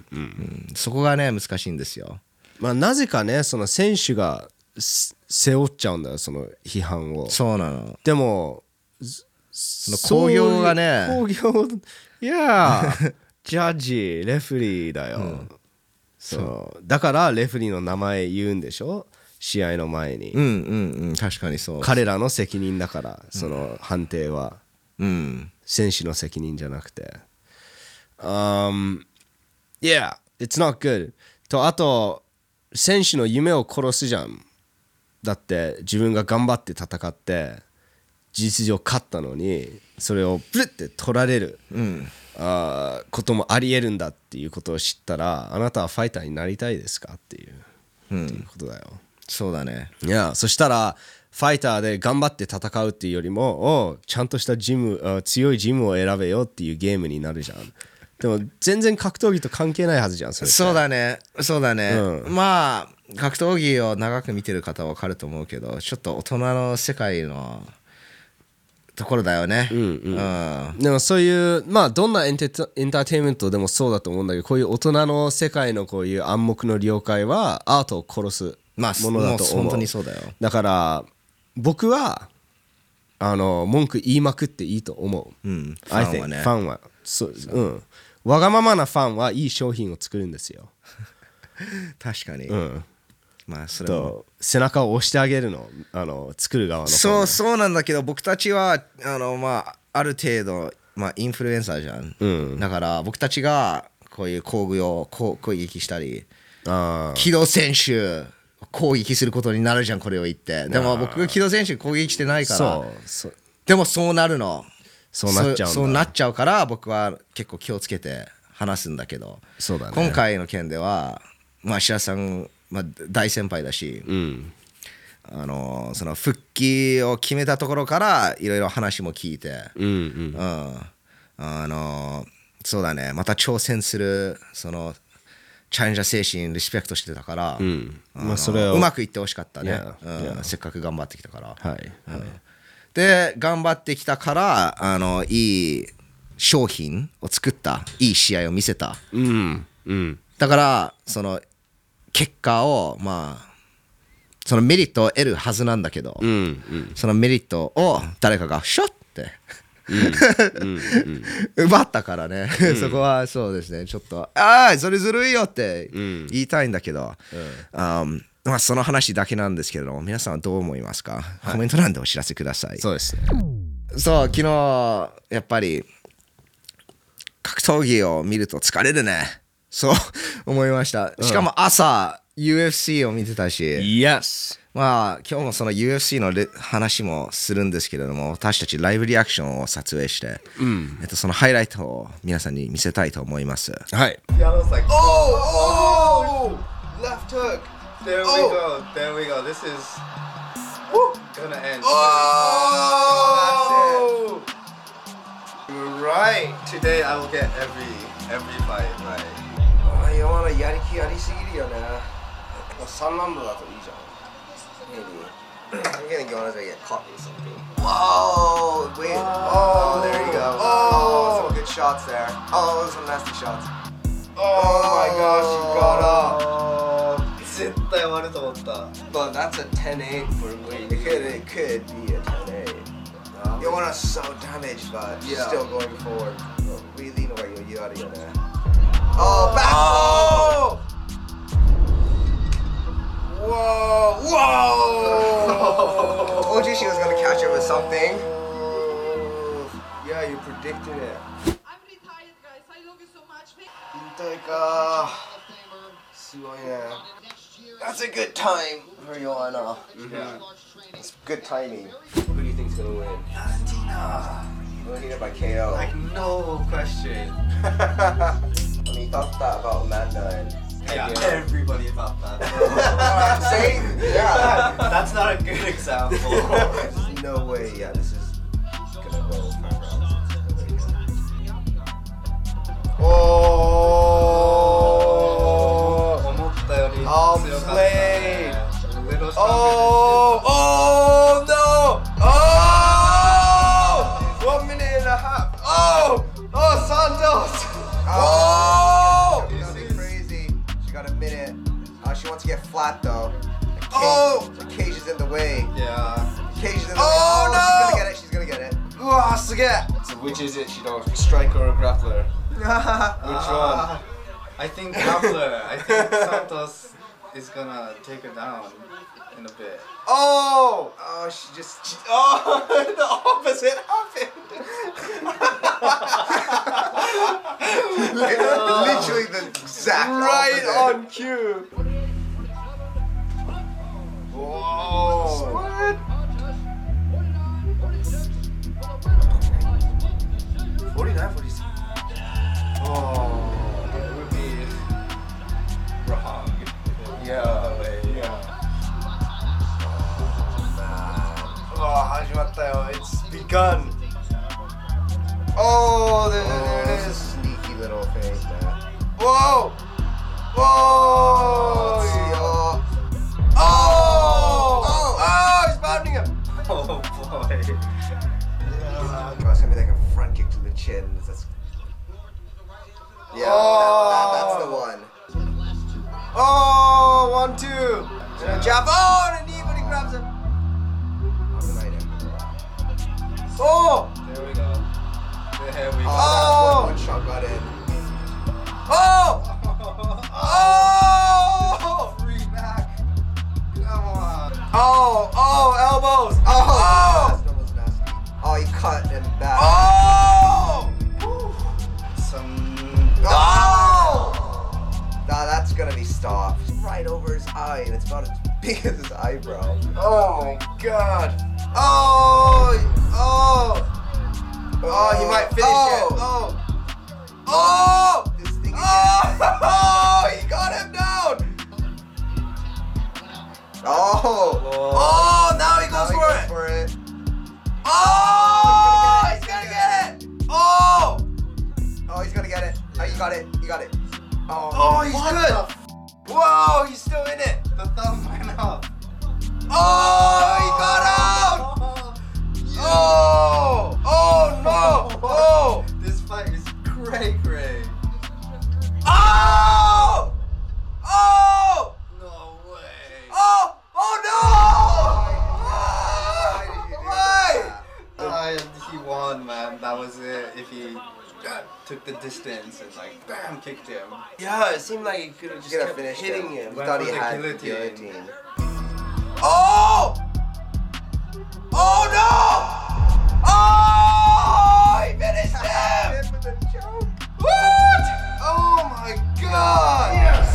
うん、そこがね難しいんですよ。 まあなぜかねその選手が背負っちゃうんだよその批判を。 そうなの。 でもその興行がね、 興行いやジャッジレフェリーだよ、うん、そうだからレフェリーの名前言うんでしょ試合の前に。 うんうんうん確かにそう。 彼らの責任だからその判定は、 うん、 選手の責任じゃなくて、um, yeah it's not good と、あと選手の夢を殺すじゃん。だって自分が頑張って戦って事実上勝ったのにそれをプルって取られる、うん、あこともありえるんだっていうことを知ったら、あなたはファイターになりたいですかっていう、うん、っていうことだよ。 そうだね。 いやそしたらファイターで頑張って戦うっていうよりも、おちゃんとしたジム強いジムを選べよっていうゲームになるじゃん。でも全然格闘技と関係ないはずじゃんそれ。 そうだねそうだね、 うん、 まあ格闘技を長く見てる方は分かると思うけど、ちょっと大人の世界のところだよね、うんうんうん、でもそういうまあどんなエンテエンターテインメントでもそうだと思うんだけど、こういう大人の世界のこういう暗黙の了解はアートを殺すものだと思う。 本当にそうだよ。 だから僕はあの文句言いまくっていいと思う、うん、 ファンはね。 ファンはそう、うん、わがままなファンはいい商品を作るんですよ確かに、 うん、 まあそれも背中を押してあげるの、あの作る側の。 そうそうなんだけど、僕たちはあのまあある程度まあインフルエンサーじゃん、うん、だから僕たちがこういう工具を攻撃したり、あ木戸選手攻撃することになるじゃんこれを言って。でも僕木戸選手攻撃してないから。 そうそうでもそうなるの。 そうなっちゃうんだ。 そうなっちゃうから僕は結構気をつけて話すんだけど、 そうだね、 今回の件ではまあ白洲さん、まあ、大先輩だし、うん、あのその復帰を決めたところからいろいろ話も聞いて、うんうんうん、あのそうだね、また挑戦するそのチャレンジャー精神リスペクトしてたから、うんまあ、それをうまくいってほしかったね、yeah, うん、せっかく頑張ってきたから、はいはい、うん、で頑張ってきたからあのいい商品を作った、いい試合を見せた、うんうん、だからその結果をまあそのメリットを得るはずなんだけど、うんうん、そのメリットを誰かがショッてうんうんうん、奪ったからね、うん、そこはそうですね、ちょっとああそれずるいよって言いたいんだけど、うんあまあ、その話だけなんですけれども、皆さんはどう思いますか、はい、コメント欄でお知らせください。 そうですね。 そう昨日やっぱり格闘技を見ると疲れるね、そう思いました。しかも朝 ユーエフシー を見てたし、 Yes。 まあ今日もその ユーエフシー の話もするんですけれども、私たちライブリアクションを撮影して、うん、えっとそのハイライトを皆さんに見せたいと思います。 はい。 Like, oh, oh, left hook. There we go. There we go. This is Gonna end. Oh! You're right. Today I will get every every fight right. あ、山田やりきやりすぎるよね。さんラウンドだといいじゃん。Maybe. I'm gonna go as I get caught with something. Whoa! Wait. Oh, there you go. Oh, some good shots there. Oh, some nasty shots. Oh my gosh, you got up. 絶対終わると思った。 But that's a ten eight for Wade. It could, it could be a ten eight. Yona's so damaged, but she's Yeah. still going forward. Really know where you are there. Oh, back! Oh! Whoa! Whoa! O G, she was gonna catch her with something. Yeah, you predicted it. I'm retired, guys. I love you so much. 痛いか。すごいね。That's a good time for Joanna. Yeah. It's good timing. Who do you think's gonna win? Valentina. Valentina by K O. Like no question. I mean, you thought that about Amanda and Yeah, Peggy. everybody thought that. I'm saying, yeah. That's not a good example. There's no way. Yeah, this is gonna go five rounds. Oh. 思ったより強かったね。 Outplayed. Little stronger Oh. Oh no. Oh. One minute and a half. Oh. Oh, Santos. Oh. This This is- is crazy. She got a minute. Uh, she wants to get flat though. The cage, oh. The cage is in the way. than- Yeah. Cage is in the Oh, way. no. Oh, She's gonna get it. She's gonna get it. Wow, forget. So which is it? She don't striker or grappler? Which Uh, one? I think grappler. I think Santos is gonna take her down in a bit. Oh! Oh, she just. She, oh, the opposite happened. Literally the exact Right opposite. on cue. Whoa. What? forty-nine, forty-six. Oh. It would be wrong. Yeah. Yeah. Oh, 始まったよ. It's begun. Oh, there, there it is. Sneaky little thing, man. Whoa! Whoa! Oh! Oh! Oh! He's pounding him. Oh boy. Oh, it's gonna be like a front kick to the chin. That's... Yeah, that, that, that's the one. Oh, one, two. And a jab. Oh, and a knee, but he grabs him. Oh! There we go. There we go. Oh! One shot got in. Oh! Oh! Free back. Come on. Oh! Oh! Elbows! Oh! Oh! That was nasty. Oh, he cut him back. Oh! Some. Oh! Nah, that's gonna be stopped. Right over his eye, and it's about as big as his eyebrow. Oh my god! Oh! Oh! Oh, he might finish Oh. it. Oh! Oh! This thing again. Oh! He got him down! Oh! Oh! Now he goes, Now he for, goes it. for it! Oh! He's gonna get it! Oh! Oh, he's gonna get it. Oh, you got it. You got it. Oh, oh he's What good. the Whoa, he's still in it. The thumb went up. Oh, he got out. Oh, oh no. Oh, This fight is cray cray. oh, oh, No way. oh, oh no. Why? Uh, he won, man. That was it. If he took the distance and like bam kicked him. Yeah, it seemed like he could have just Could have kept finished hitting him. him. He Went thought for he the had the guillotine. guillotine. Oh! Oh no! Oh! He finished him! What? Oh my god! Yes!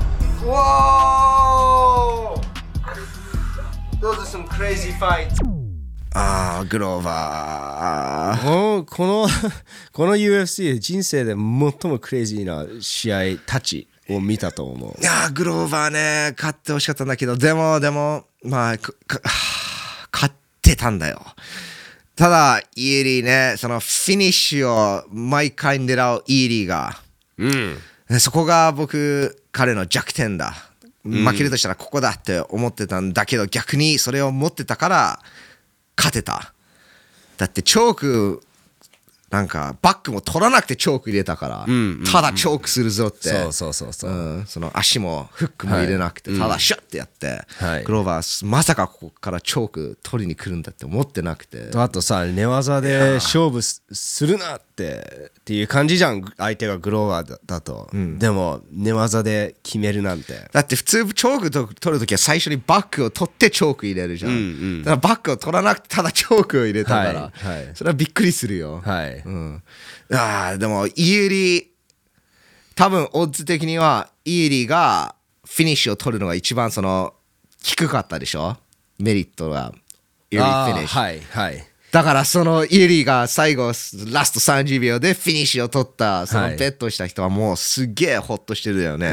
Whoa! Those are some crazy fights. ああ、グローバー。 このこのこの ユーエフシー で人生で最もクレイジーな試合たちを見たと思う。 いやー、グローバーね、勝ってほしかったんだけど、でも、でも、まあ、かか勝ってたんだよ。ただ、イーリーね、そのフィニッシュを毎回狙うイーリーが、 うん。 そこが僕、彼の弱点だ。負けるとしたらここだって思ってたんだけど、逆にそれを持ってたから勝てた。だってチョーク、なんかバックも取らなくてチョーク入れたから、 うんうんうん、 ただチョークするぞって、 そうそうそうそう、 うん、その足もフックも入れなくて、はい、ただシュッてやって、 はい、 グローバーまさかここからチョーク取りに来るんだって思ってなくて、 あとさ寝技で勝負 す, するなってっていう感じじゃん、相手がグローバー だ, だと、うん、でも寝技で決めるなんて。 だって普通チョークと取るときは最初にバックを取ってチョーク入れるじゃん、うんうん、だからバックを取らなくてただチョークを入れたから、はいはい、それはびっくりするよ、 はい、 うん、あでもイーリー多分オッズ的にはイーリーがフィニッシュを取るのが一番その低かったでしょ、メリットがイーリーフィニッシュ、 はいはい、 だからそのイーリーが最後ラストさんじゅうびょうでフィニッシュを取ったそのベットした人はもうすげえホッとしてるよね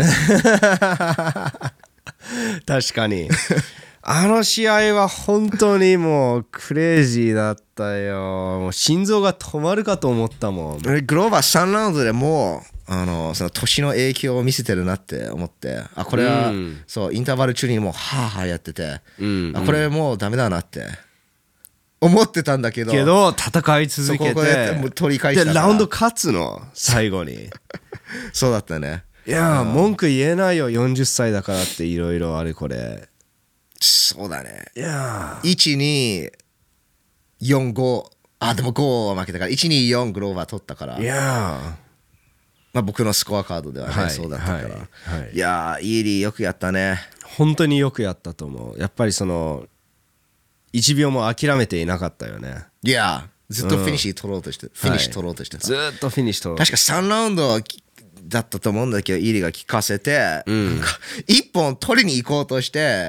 確かにあの試合は本当にもうクレイジーだったよ。もう心臓が止まるかと思ったもん。 グローバーさんラウンドでもうあのその年の影響を見せてるなって思って、あこれは、うん、そうインターバル中にもうハーハーやってて、うんうん、あこれもうダメだなって思ってたんだけどけど戦い続けて、そこで取り返したからでラウンド勝つの最後にそうだったね。 いや、うん、文句言えないよ、よんじゅっさいだからっていろいろあれこれ。 そうだね。 いやいちによんご、あでもごは負けたからいちによんグローバー取ったから、 いやまあ僕のスコアカードではね、はい、そうだったから、はいはい、いやイーリーよくやったね。 本当によくやったと思う。やっぱりそのいちびょうも諦めていなかったよね。 いやずっとフィニッシュ取ろうとして、うん、フィニッシュ取ろうとしてた、 はい、ずっとフィニッシュ取ろう。 確かさんラウンドだったと思うんだけど、イーリーが聞かせて、うん、いっぽん取りに行こうとして、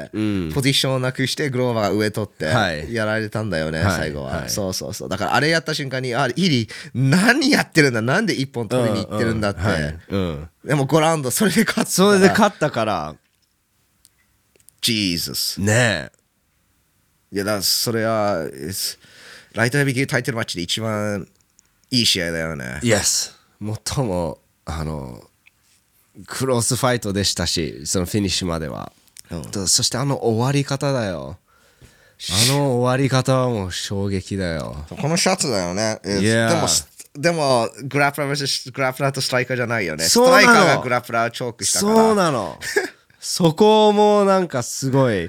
うん、ポジションをなくしてグローバーが上取ってやられたんだよね、はい、最後は、はい、そうそうそう。だからあれやった瞬間に、あイーリー何やってるんだ、なんでいっぽん取りに行ってるんだって、うんはいうん、でもごラウンドそれで勝ったそれで勝ったからジーザスねえ。いやだそれはライトヘビー級タイトルマッチで一番いい試合だよね。 Yes 最もあのクロスファイトでしたし、そのフィニッシュまでは、うん、そしてあの終わり方だよ。あの終わり方はもう衝撃だよ。 このシャツだよね。でもでもグラップラー vs グラップラーとストライカーじゃないよね。ストライカーがグラップラーをチョークしたから。 そうなのそこもなんかすごい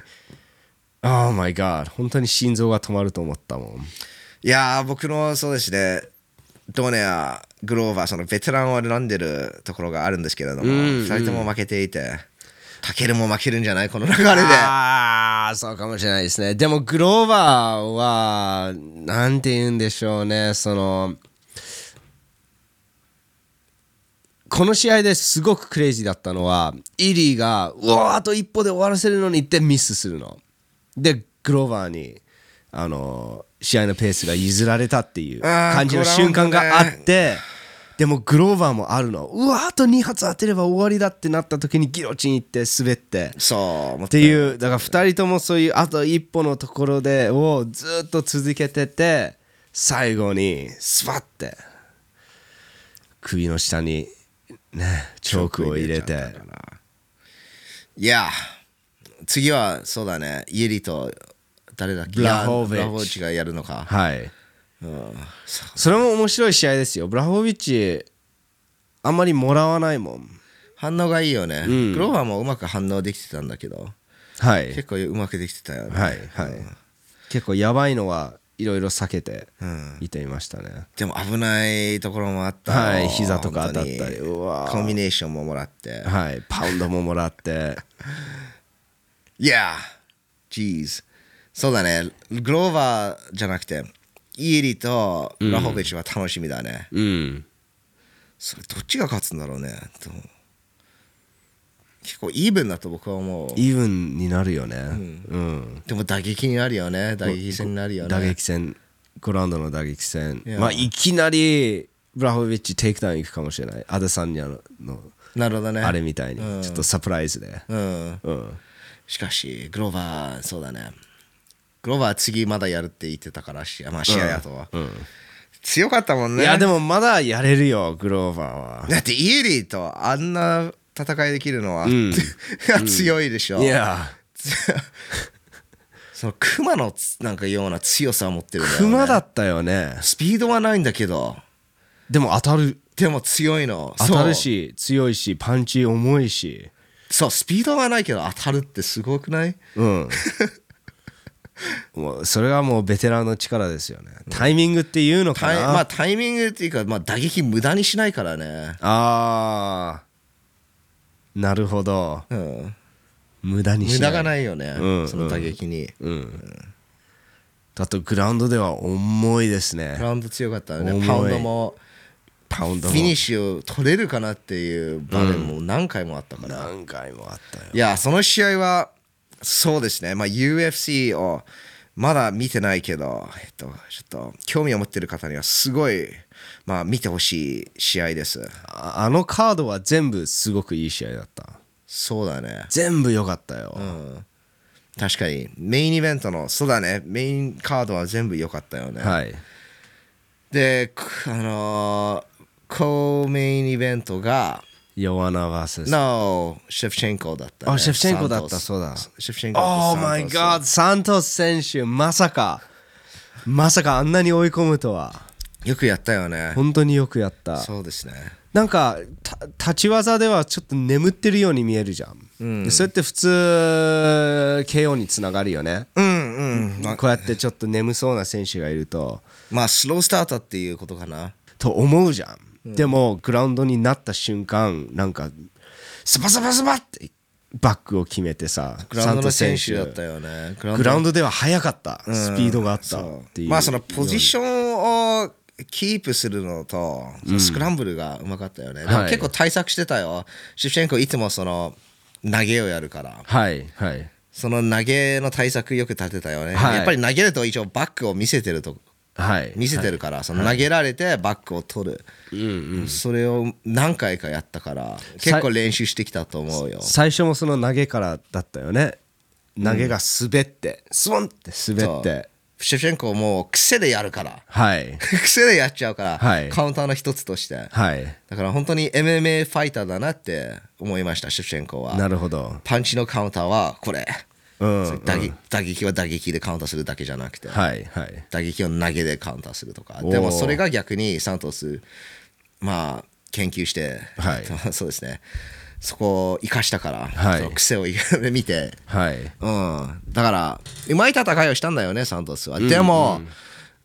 Oh my god 本当に心臓が止まると思ったもん。 いやー僕のそうですね、ドネアグローバーそのベテランを選んでるところがあるんですけれども、うんうん、ふたりとも負けていて、タケルも負けるんじゃないこの流れで。 ああそうかもしれないですね。でもグローバーはなんて言うんでしょうね、そのこの試合ですごくクレイジーだったのは、イリーがうわあと一歩で終わらせるのにってミスするので、グローバーにあの試合のペースが譲られたっていう感じの瞬間があって、でもグローバーもあるの。うわあとに発当てれば終わりだってなった時にギロチン行って滑ってそうっていう、だからふたりともそういうあと一歩のところでをずっと続けてて、最後にスパッて首の下にねチョークを入れて、 いや次はそうだね、イエリと誰だっけ、 ブラホビッチブラホビッチがやるのか。 はい、うん、それも面白い試合ですよ。ブラホビッチあんまりもらわないもん。 反応がいいよね、うん、グローバーもうまく反応できてたんだけど、はい、結構うまくできてたよね。 はいはい、うん、結構やばいのはいろいろ避けていていましたね、うん、 でも危ないところもあった。 はい、膝とか当たったり、うわコンビネーションももらって、 はい、パウンドももらっていやジーズそうだね、グローバーじゃなくてイエリとブラホビッチは楽しみだね、うん、うん、それどっちが勝つんだろうね。でも結構イーブンだと僕は思う。 イーブンになるよね、うんうん、でも打撃になるよね。打撃戦になるよね。 打撃戦ごラウンドの打撃戦、まあいきなりブラホビッチテイクダウンいくかもしれない。アデサンニャのなるほどね、 あれみたいに、うん、ちょっとサプライズで、 うんうん、しかしグローバーそうだね、 グローバー次まだやるって言ってたからし、まあ、試合後は、うんうん、強かったもんね。 いやでもまだやれるよグローバーは。 だってイエリーとあんな戦いできるのは、うん、強いでしょ、 うん、いやそのクマのなんかような強さを持ってるんだよね。 クマだったよね。 スピードはないんだけどでも当たる。 でも強いの。 当たるし強いしパンチ重いし。 そうスピードはないけど当たるってすごくない？ うんもうそれはもうベテランの力ですよね。タイミングっていうのかな。 タイ、まあ、タイミングっていうか、まあ、打撃無駄にしないからね。 ああなるほど、うん、無駄にしない。 無駄がないよね、うん、その打撃に、うんうんうん、 だとグラウンドでは重いですね。 グラウンド強かったね。パウンドもパウンドもフィニッシュを取れるかなっていう場面も何回もあったから、 うん、何回もあったよ。 いやその試合はそうですね、まあ、ユーエフシー をまだ見てないけど、えっと、ちょっと興味を持っている方にはすごい、まあ、見てほしい試合です。 あ、あのカードは全部すごくいい試合だった。 そうだね、 全部良かったよ、 うん、確かにメインイベントのそうだねメインカードは全部良かったよね。 はい。 であのー、コーメインイベントがヨワナ vs No シェフチェンコだったね。 あシェフチェンコだった。そうだ。 シェフチェンコ。 Oh my god サントス選手まさかまさかあんなに追い込むとは。 よくやったよね。 本当によくやった。 そうですね。 なんか立ち技ではちょっと眠ってるように見えるじゃん、うん、それって普通 ケーオー につながるよね。 うんうん、まあ、 こうやってちょっと眠そうな選手がいるとまあスロースターターっていうことかなと思うじゃん、うん、でもグラウンドになった瞬間なんかスバスバスバってバックを決めてさ、 グラウンドの選手だったよね。 グラウンドでは速かった、うん、スピードがあったっていう。 まあそのポジションをキープするのと、うん、スクランブルがうまかったよね、はい、でも結構対策してたよ。シェフチェンコいつもその投げをやるから、 はいはい、その投げの対策よく立てたよね、はい、やっぱり投げると一応バックを見せてると、はい、見せてるから、はい、その投げられてバックを取る、はい、それを何回かやったから結構練習してきたと思うよ。 最初もその投げからだったよね。投げが滑って、うん、スポンって滑ってシェフチェンコもう癖でやるから、 はい、 癖でやっちゃうから、 はい、 カウンターの一つとして、 はい、 だから本当に エムエムエー ファイターだなって思いました。シェフチェンコは。 なるほど。 パンチのカウンターはこれ、うんうん、打撃、打撃は打撃でカウンターするだけじゃなくて、 はいはい、 打撃を投げでカウンターするとか。でもそれが逆にサントスまあ研究して、はい、そうですね、そこを生かしたから、はい、その癖を見て、はい、うん、だからうまい戦いをしたんだよねサントスは、うん、でも、うん、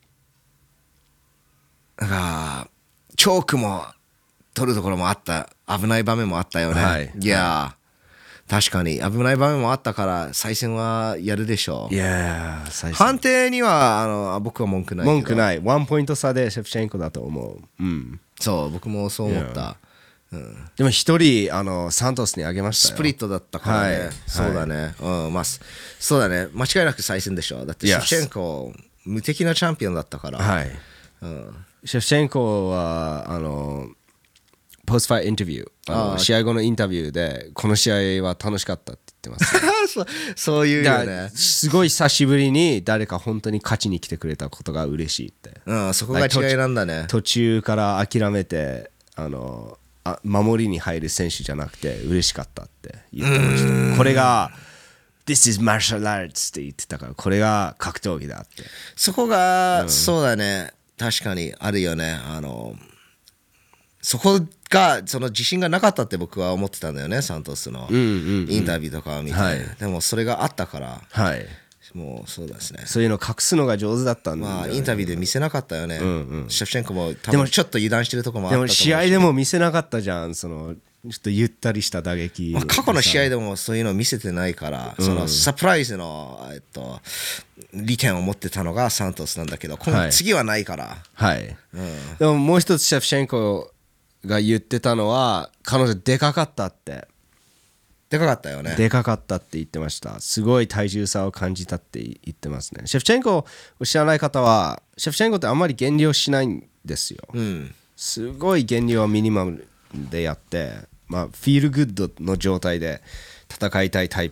なんかチョークも取るところもあった、危ない場面もあったよね、はい、いや確かに危ない場面もあったから再戦はやるでしょう。 いや判定にはあの僕は文句ないけど。 文句ない。ワンポイント差でシェフチェンコだと思う、うん、 そう僕もそう思った、うん、 でも一人あのサントスにあげましたよ。 スプリットだったからね、はい、そうだね、はい、うん、まあそうだね、間違いなく再戦でしょ。だってシェフチェンコ無敵なチャンピオンだったから、はい、うん、シェフチェンコはあのポストファイトインタビュー、あの試合後のインタビューでこの試合は楽しかったって言ってます、ね、 そ, そういうよね。 すごい久しぶりに誰か本当に勝ちに来てくれたことが嬉しいって、 うん、そこが違いなんだね。 途中から諦めてあのあ守りに入る選手じゃなくて嬉しかったって言ってました。これが This is martial arts って言ってたから、これが格闘技だって。 そこが、うん、そうだね、確かにあるよね。あのそこがその自信がなかったって僕は思ってたんだよね、サントスのインタビューとかを見て、うんうんうん、でもそれがあったから、はい、もうそうですね、 そういうの隠すのが上手だったんだよね。 まあインタビューで見せなかったよね、うんうん、シェフチェンコも多分ちょっと油断してるところもあったと思うし。 でも試合でも見せなかったじゃん、そのちょっとゆったりした打撃、 まあ、過去の試合でもそういうのを見せてないから、うん、そのサプライズの、えっと、利点を持ってたのがサントスなんだけど、はい、次はないから、はい、 うん、でももう一つシェフチェンコが言ってたのは彼女でかかったって。 でかかったよね。 でかかったって言ってました。すごい体重差を感じたって言ってますね。シェフチェンコを知らない方は、シェフチェンコってあんまり減量しないんですよ、うん、すごい減量はミニマムでやって、まあ、フィールグッドの状態で戦いたいタイプ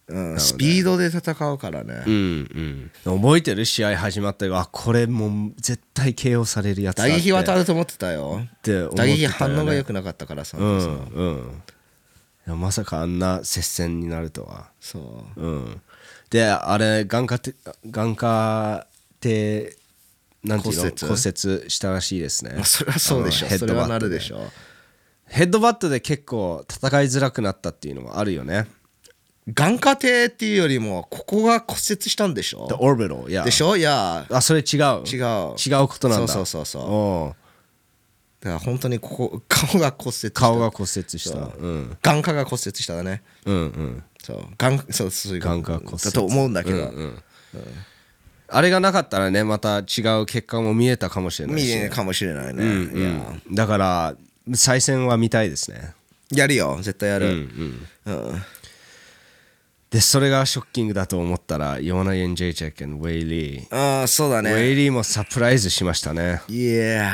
うん、スピードで戦うからね、 うんうん、覚えてる試合始まったよ、あこれもう絶対 ケーオー されるやつだって打撃は当たると思ってたよって思ってたよね。 打撃反応が良くなかったからさ、 うんうんいやまさかあんな接戦になるとは。 そう、 うん、であれ眼科て眼科ってなんていうの骨折骨折したらしいですね。 まあ、それはそうでしょ、 あのそれはなるでしょ。 ヘッドバットで結構戦いづらくなったっていうのもあるよね。 眼下底っていうよりもここが骨折したんでしょ。 The orbital、yeah、 でしょ。いやあそれ違う違う違うことなんだ。 そうそうそうそうおうだから本当にここ顔が骨折した顔が骨折したそううん眼下が骨折したね。 うんうんそう眼そうそういう眼下骨折だと思うんだけど、 うんうんうんあれがなかったらねまた違う結果も見えたかもしれないし見えないかもしれないね、 うんいやうん、だから再戦は見たいですね。 やるよ絶対やる、 うんうんうんでそれがショッキングだと思ったらヨーナ・イン・ジェイチェックとウェイリー、 ああそうだウェイね。 リーもサプライズしましたね。 いや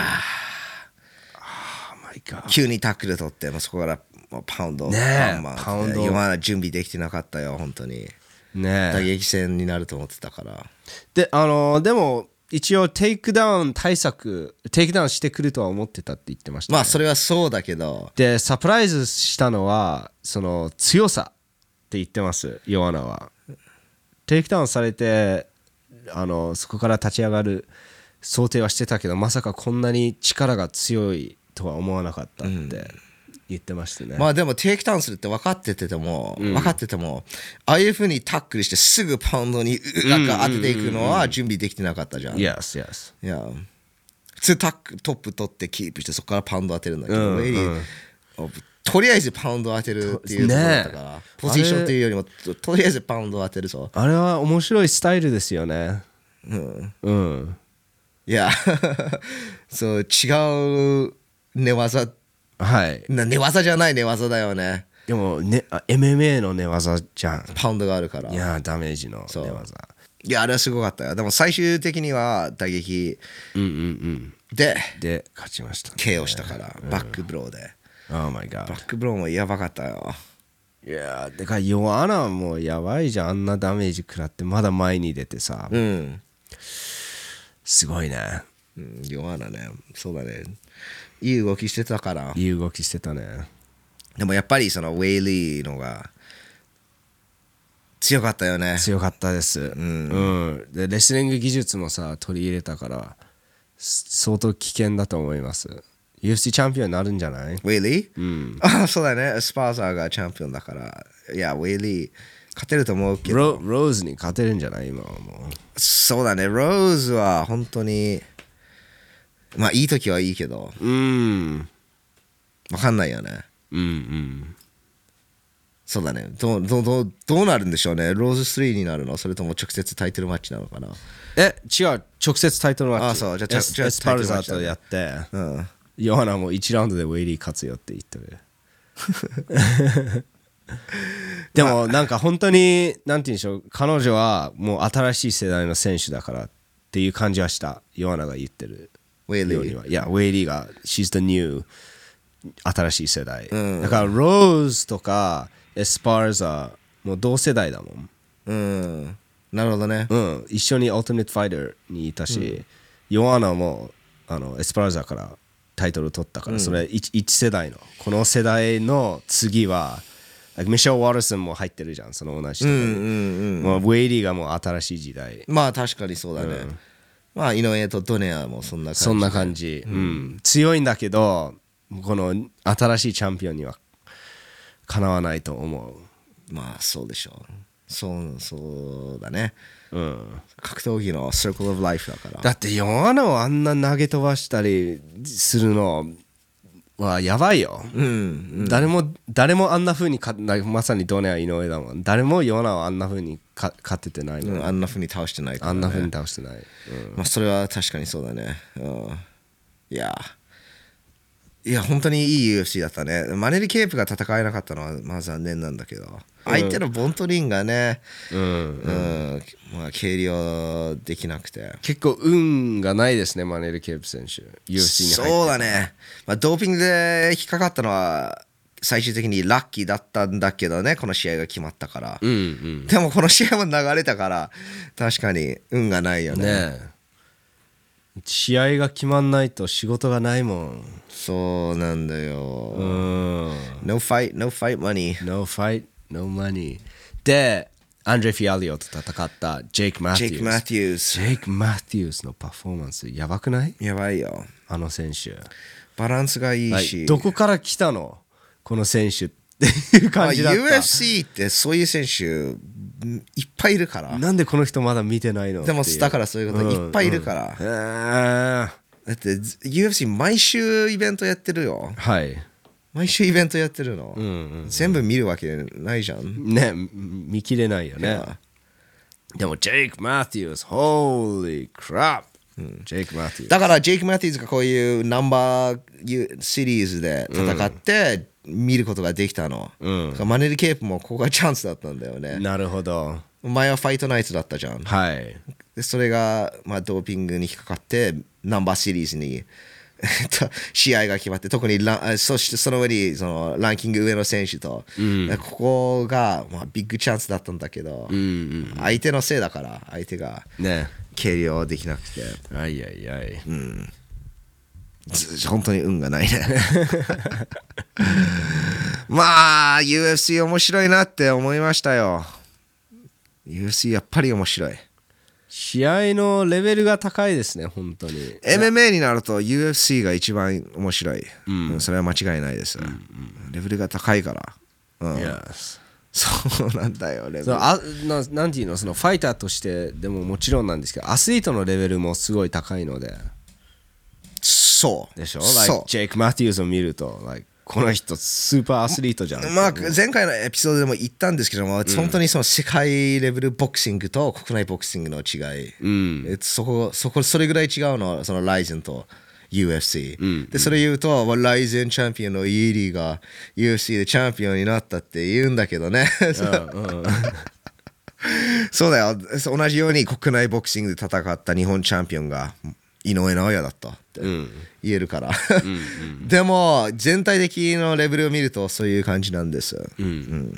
Oh my God 急にタックル取ってもうそこからもうパウンドねえバンバンってパウンド今まだ準備できてなかったよ本当に。打ねえ撃戦になると思ってたから。 であのでも一応テイクダウン対策テイクダウンしてくるとは思ってたって言ってましたね。 まあそれはそうだけど、 でサプライズしたのはその強さって言ってますヨアナは。テイクダウンされてあのそこから立ち上がる想定はしてたけどまさかこんなに力が強いとは思わなかったって言ってましたね。 まあでもテイクダウンするって分かってても、分かっててもああいう風にタックルしてすぐパウンドになんか当てていくのは準備できてなかったじゃん。 Yes, yes いや普通タックトップ取ってキープしてそこからパウンド当てるんだけど、 うんウェイリーとりあえずパウンド当てるっていうところだったから、 ねえポジションっていうよりもととりあえずパウンド当てるぞ。 あれは面白いスタイルですよね。 うんうんいやそう違う寝技はいな寝技じゃない寝技だよね。 でも、ね、あ エムエムエー の寝技じゃん。 パウンドがあるからいやダメージのそう寝技。 いやあれはすごかったよ。でも最終的には打撃うんうんうんでで勝ちました、ね、 ケーオーしたからバックブローで、 Oh my バ god ックブローもやばかったよ。 いやーでかヨアナはもうやばいじゃん。あんなダメージ食らってまだ前に出てさ、 うん、 すごいね。 うん、弱なね。そうだね。いい動きしてたから。 いい動きしてたね。 でもやっぱりそのウェイリーのが強かったよね。 強かったです、うんうん、でレスリング技術もさ取り入れたから相当危険だと思います。 ユーエフシー チャンピオンになるんじゃない？ ウェイリー、 うん、 あそうだね。スパーザーがチャンピオンだからいやウェイリー勝てると思うけど。 ロローズに勝てるんじゃない今はもう。 そうだね。ローズは本当にまあいい時はいいけどうんわかんないよね。 うんうんそうだね。どうどうどうどうなるんでしょうね。ローズスリーになるのそれとも直接タイトルマッチなのかな。 え違う直接タイトルマッチ。 あそうじゃあエスじゃあエスパルザーとやってうんヨハナもいちラウンドでウェイリー勝つよって言ってるでもなんか本当になんて言うんでしょう彼女はもう新しい世代の選手だからっていう感じはしたヨハナが言ってるウェイリーようにはいやウェイリーが She's the new 新しい世代、 うんだからローズとかエスパルザーもう同世代だもん。 うんなるほどね。 うん、一緒にオートネットファイターにいたし、ヨアナもあのエスパルザーからタイトル取ったから、それ一一世代のこの世代の次はミシェル・ワトソンも入ってるじゃんその同じところに、 うんうんうんもうウェイリーがもう新しい時代まあ確かにそうだね。まあ井上とドネアもそんな感じ。 そんな感じ、うん強いんだけどこの新しいチャンピオンにはかなわないと思う。 まあそうでしょう。そうそうだね。 うん、 格闘技の Circle of Life だから。 だってヨアナをあんな投げ飛ばしたりするのはやばいよ、 うん、うん、 誰も誰もあんな風にかまさにドネア井上だもん。誰もヨアナをあんな風にか勝ててないの、 うんあんな風に倒してないから、ね。 あんな風に倒してない、うんまあそれは確かにそうだね。うん、いやいや本当にいい ユーエフシー だったね。マネリ・ケープが戦えなかったのはまあ残念なんだけど、相手のボントリンがね、 うんうんまあ、計量できなくて結構運がないですねマネル・ケープ選手 ユーエフシー に入って。 そうだね、まあ、ドーピングで引っかかったのは最終的にラッキーだったんだけどね、この試合が決まったから、 うんうん。 でもこの試合も流れたから確かに運がないよね。 ねえ。試合が決まんないと仕事がないもん。 そうなんだよ。 うん。 No fight, no fight money. No fight, no money. で、アンドレ・フィアリオと戦ったジェイク・マティウス。 ジェイク・マティウス。 ジェイク・マティウスのパフォーマンスやばくない？ やばいよ。 あの選手。 バランスがいいし。 どこから来たのこの選手っていう感じだった。 ユーエフシー ってそういう選手いっぱいいるから。 なんでこの人まだ見てないの？ でもだからそういうこといっぱいいるから。 うんうん、だって ユーエフシー 毎週イベントやってるよ。 はい。 毎週イベントやってるの。 うんうんうん、 全部見るわけないじゃん。 ね、見切れないよね。でもジェイク・マティウス、Holy crap！ジェイク・マティウス。 だからジェイク・マティウスがこういうナンバーシリーズで戦って見ることができたの。うん、マネル・ケープもここがチャンスだったんだよね。 なるほど。 前はファイトナイトだったじゃん。 はい。 でそれが、まあ、ドーピングに引っかかってナンバーシリーズに試合が決まって、特にラそしてその上にそのランキング上の選手と、うん、ここが、まあ、ビッグチャンスだったんだけど、うんうん、相手のせいだから相手が計量できなくて、ね、 あいあいあい、うん、 本当に運がないねまあ ユーエフシー 面白いなって思いましたよ。 ユーエフシー やっぱり面白い。 試合のレベルが高いですね、本当に。 エムエムエー になると ユーエフシー が一番面白い、うん、それは間違いないです、うんうん、レベルが高いから、うん、 yes. そうなんだよ、レベル。 そうあななんていうの、そのファイターとしてでももちろんなんですけど、アスリートのレベルもすごい高いので。 そうでしょ、like、ジェイク・マティウスを見ると、like、この人スーパーアスリートじゃん。 まあ、前回のエピソードでも言ったんですけども、うん、本当にその世界レベルボクシングと国内ボクシングの違い、うん、そこそこそれぐらい違うの、そのライゼンと ユーエフシー、うん、でそれ言うと、ライゼンチャンピオンのイーリーが ユーエフシー でチャンピオンになったって言うんだけどねそうだよ、同じように国内ボクシングで戦った日本チャンピオンが井上尚弥だったって言えるからうん、うん、でも全体的のレベルを見るとそういう感じなんです、うんうん、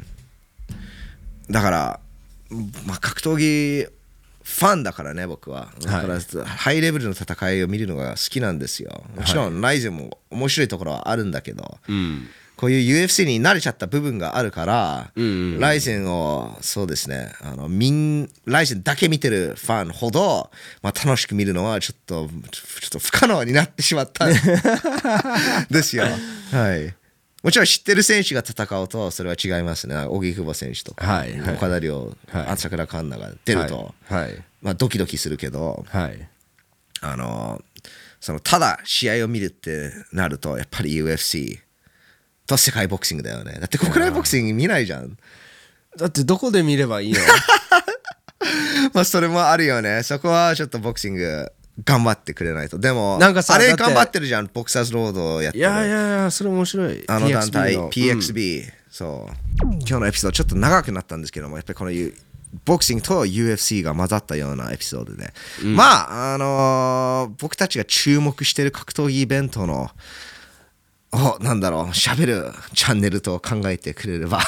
だから、まあ、格闘技ファンだからね、僕は。だから、はい、ハイレベルの戦いを見るのが好きなんですよ。もちろんライゼンも面白いところはあるんだけど、うん、こういう ユーエフシー に慣れちゃった部分があるから、うんうんうん、ライゼンをそうですね、あのみんライゼンだけ見てるファンほど、まあ、楽しく見るのはちょっとちょっと不可能になってしまったですよ。はい。もちろん知ってる選手が戦うとそれは違いますね。荻久保選手とか、はいはい、岡田亮、はい、朝倉環奈が出ると、はいはい、まあ、ドキドキするけど、はい、あのそのただ試合を見るってなるとやっぱり ユーエフシーと世界ボクシングだよね。だって国内ボクシング見ないじゃん。 だってどこで見ればいいのまあそれもあるよね。そこはちょっとボクシング頑張ってくれないと。でもなんかさ、あれ頑張ってるじゃん、ボクサーズロードやってる。 いやいやいや、それ面白い。 あの団体 ピーエックスビー、うん、そう今日のエピソードちょっと長くなったんですけども、やっぱりこのボクシングと ユーエフシー が混ざったようなエピソードで、うん、まああのー、僕たちが注目している格闘技イベントのおなんだろう喋るチャンネルと考えてくれれば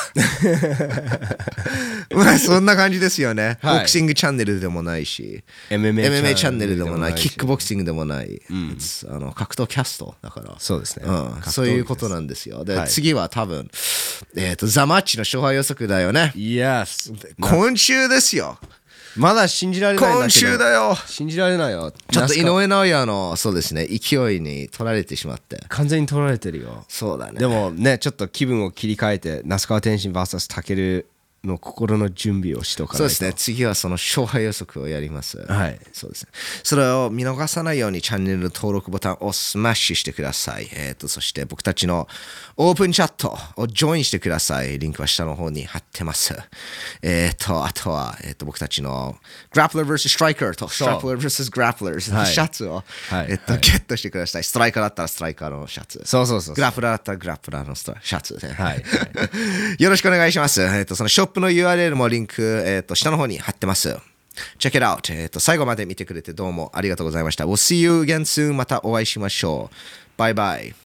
まあそんな感じですよね、はい、ボクシングチャンネルでもないし エムエムエー チャンネルでもない、キックボクシングでもない、うん、あの格闘キャストだから、 そうですね、 うん、そういうことなんですよ。で、はい、次は多分、えーと、ザ・マッチの勝敗予測だよね。 Yes、 今週ですよ。 まだ信じられないんだけど。 今週だよ。 信じられないよ。 ちょっと井上尚弥のそうですね勢いに取られてしまって。 完全に取られてるよ。 そうだね。 でもね、ちょっと気分を切り替えて那須川天心 ブイエス 武の心の準備をしとかないと。 そうですね。次はその勝敗予測をやります。 はい。 そうですね。それを見逃さないようにチャンネル登録ボタンをスマッシュしてください。えっとそして僕たちのオープンチャットをジョインしてください。リンクは下の方に貼ってます。えっとあとはえっと僕たちのグラップラー vs ストライカーとストラップラー vs グラップラー、はい、シャツを、はい、えっと、はい、ゲットしてください。ストライカーだったらストライカーのシャツ。 そうそうそうそう。 グラップラーだったらグラップラーのシャツで、 はいはい、 よろしくお願いします。えっとそのショップの ユーアールエル もリンク、えー、と下の方に貼ってます。Check it out、えー、と最後まで見てくれてどうもありがとうございました。We'll see you again soon. またお会いしましょう。バイバイ。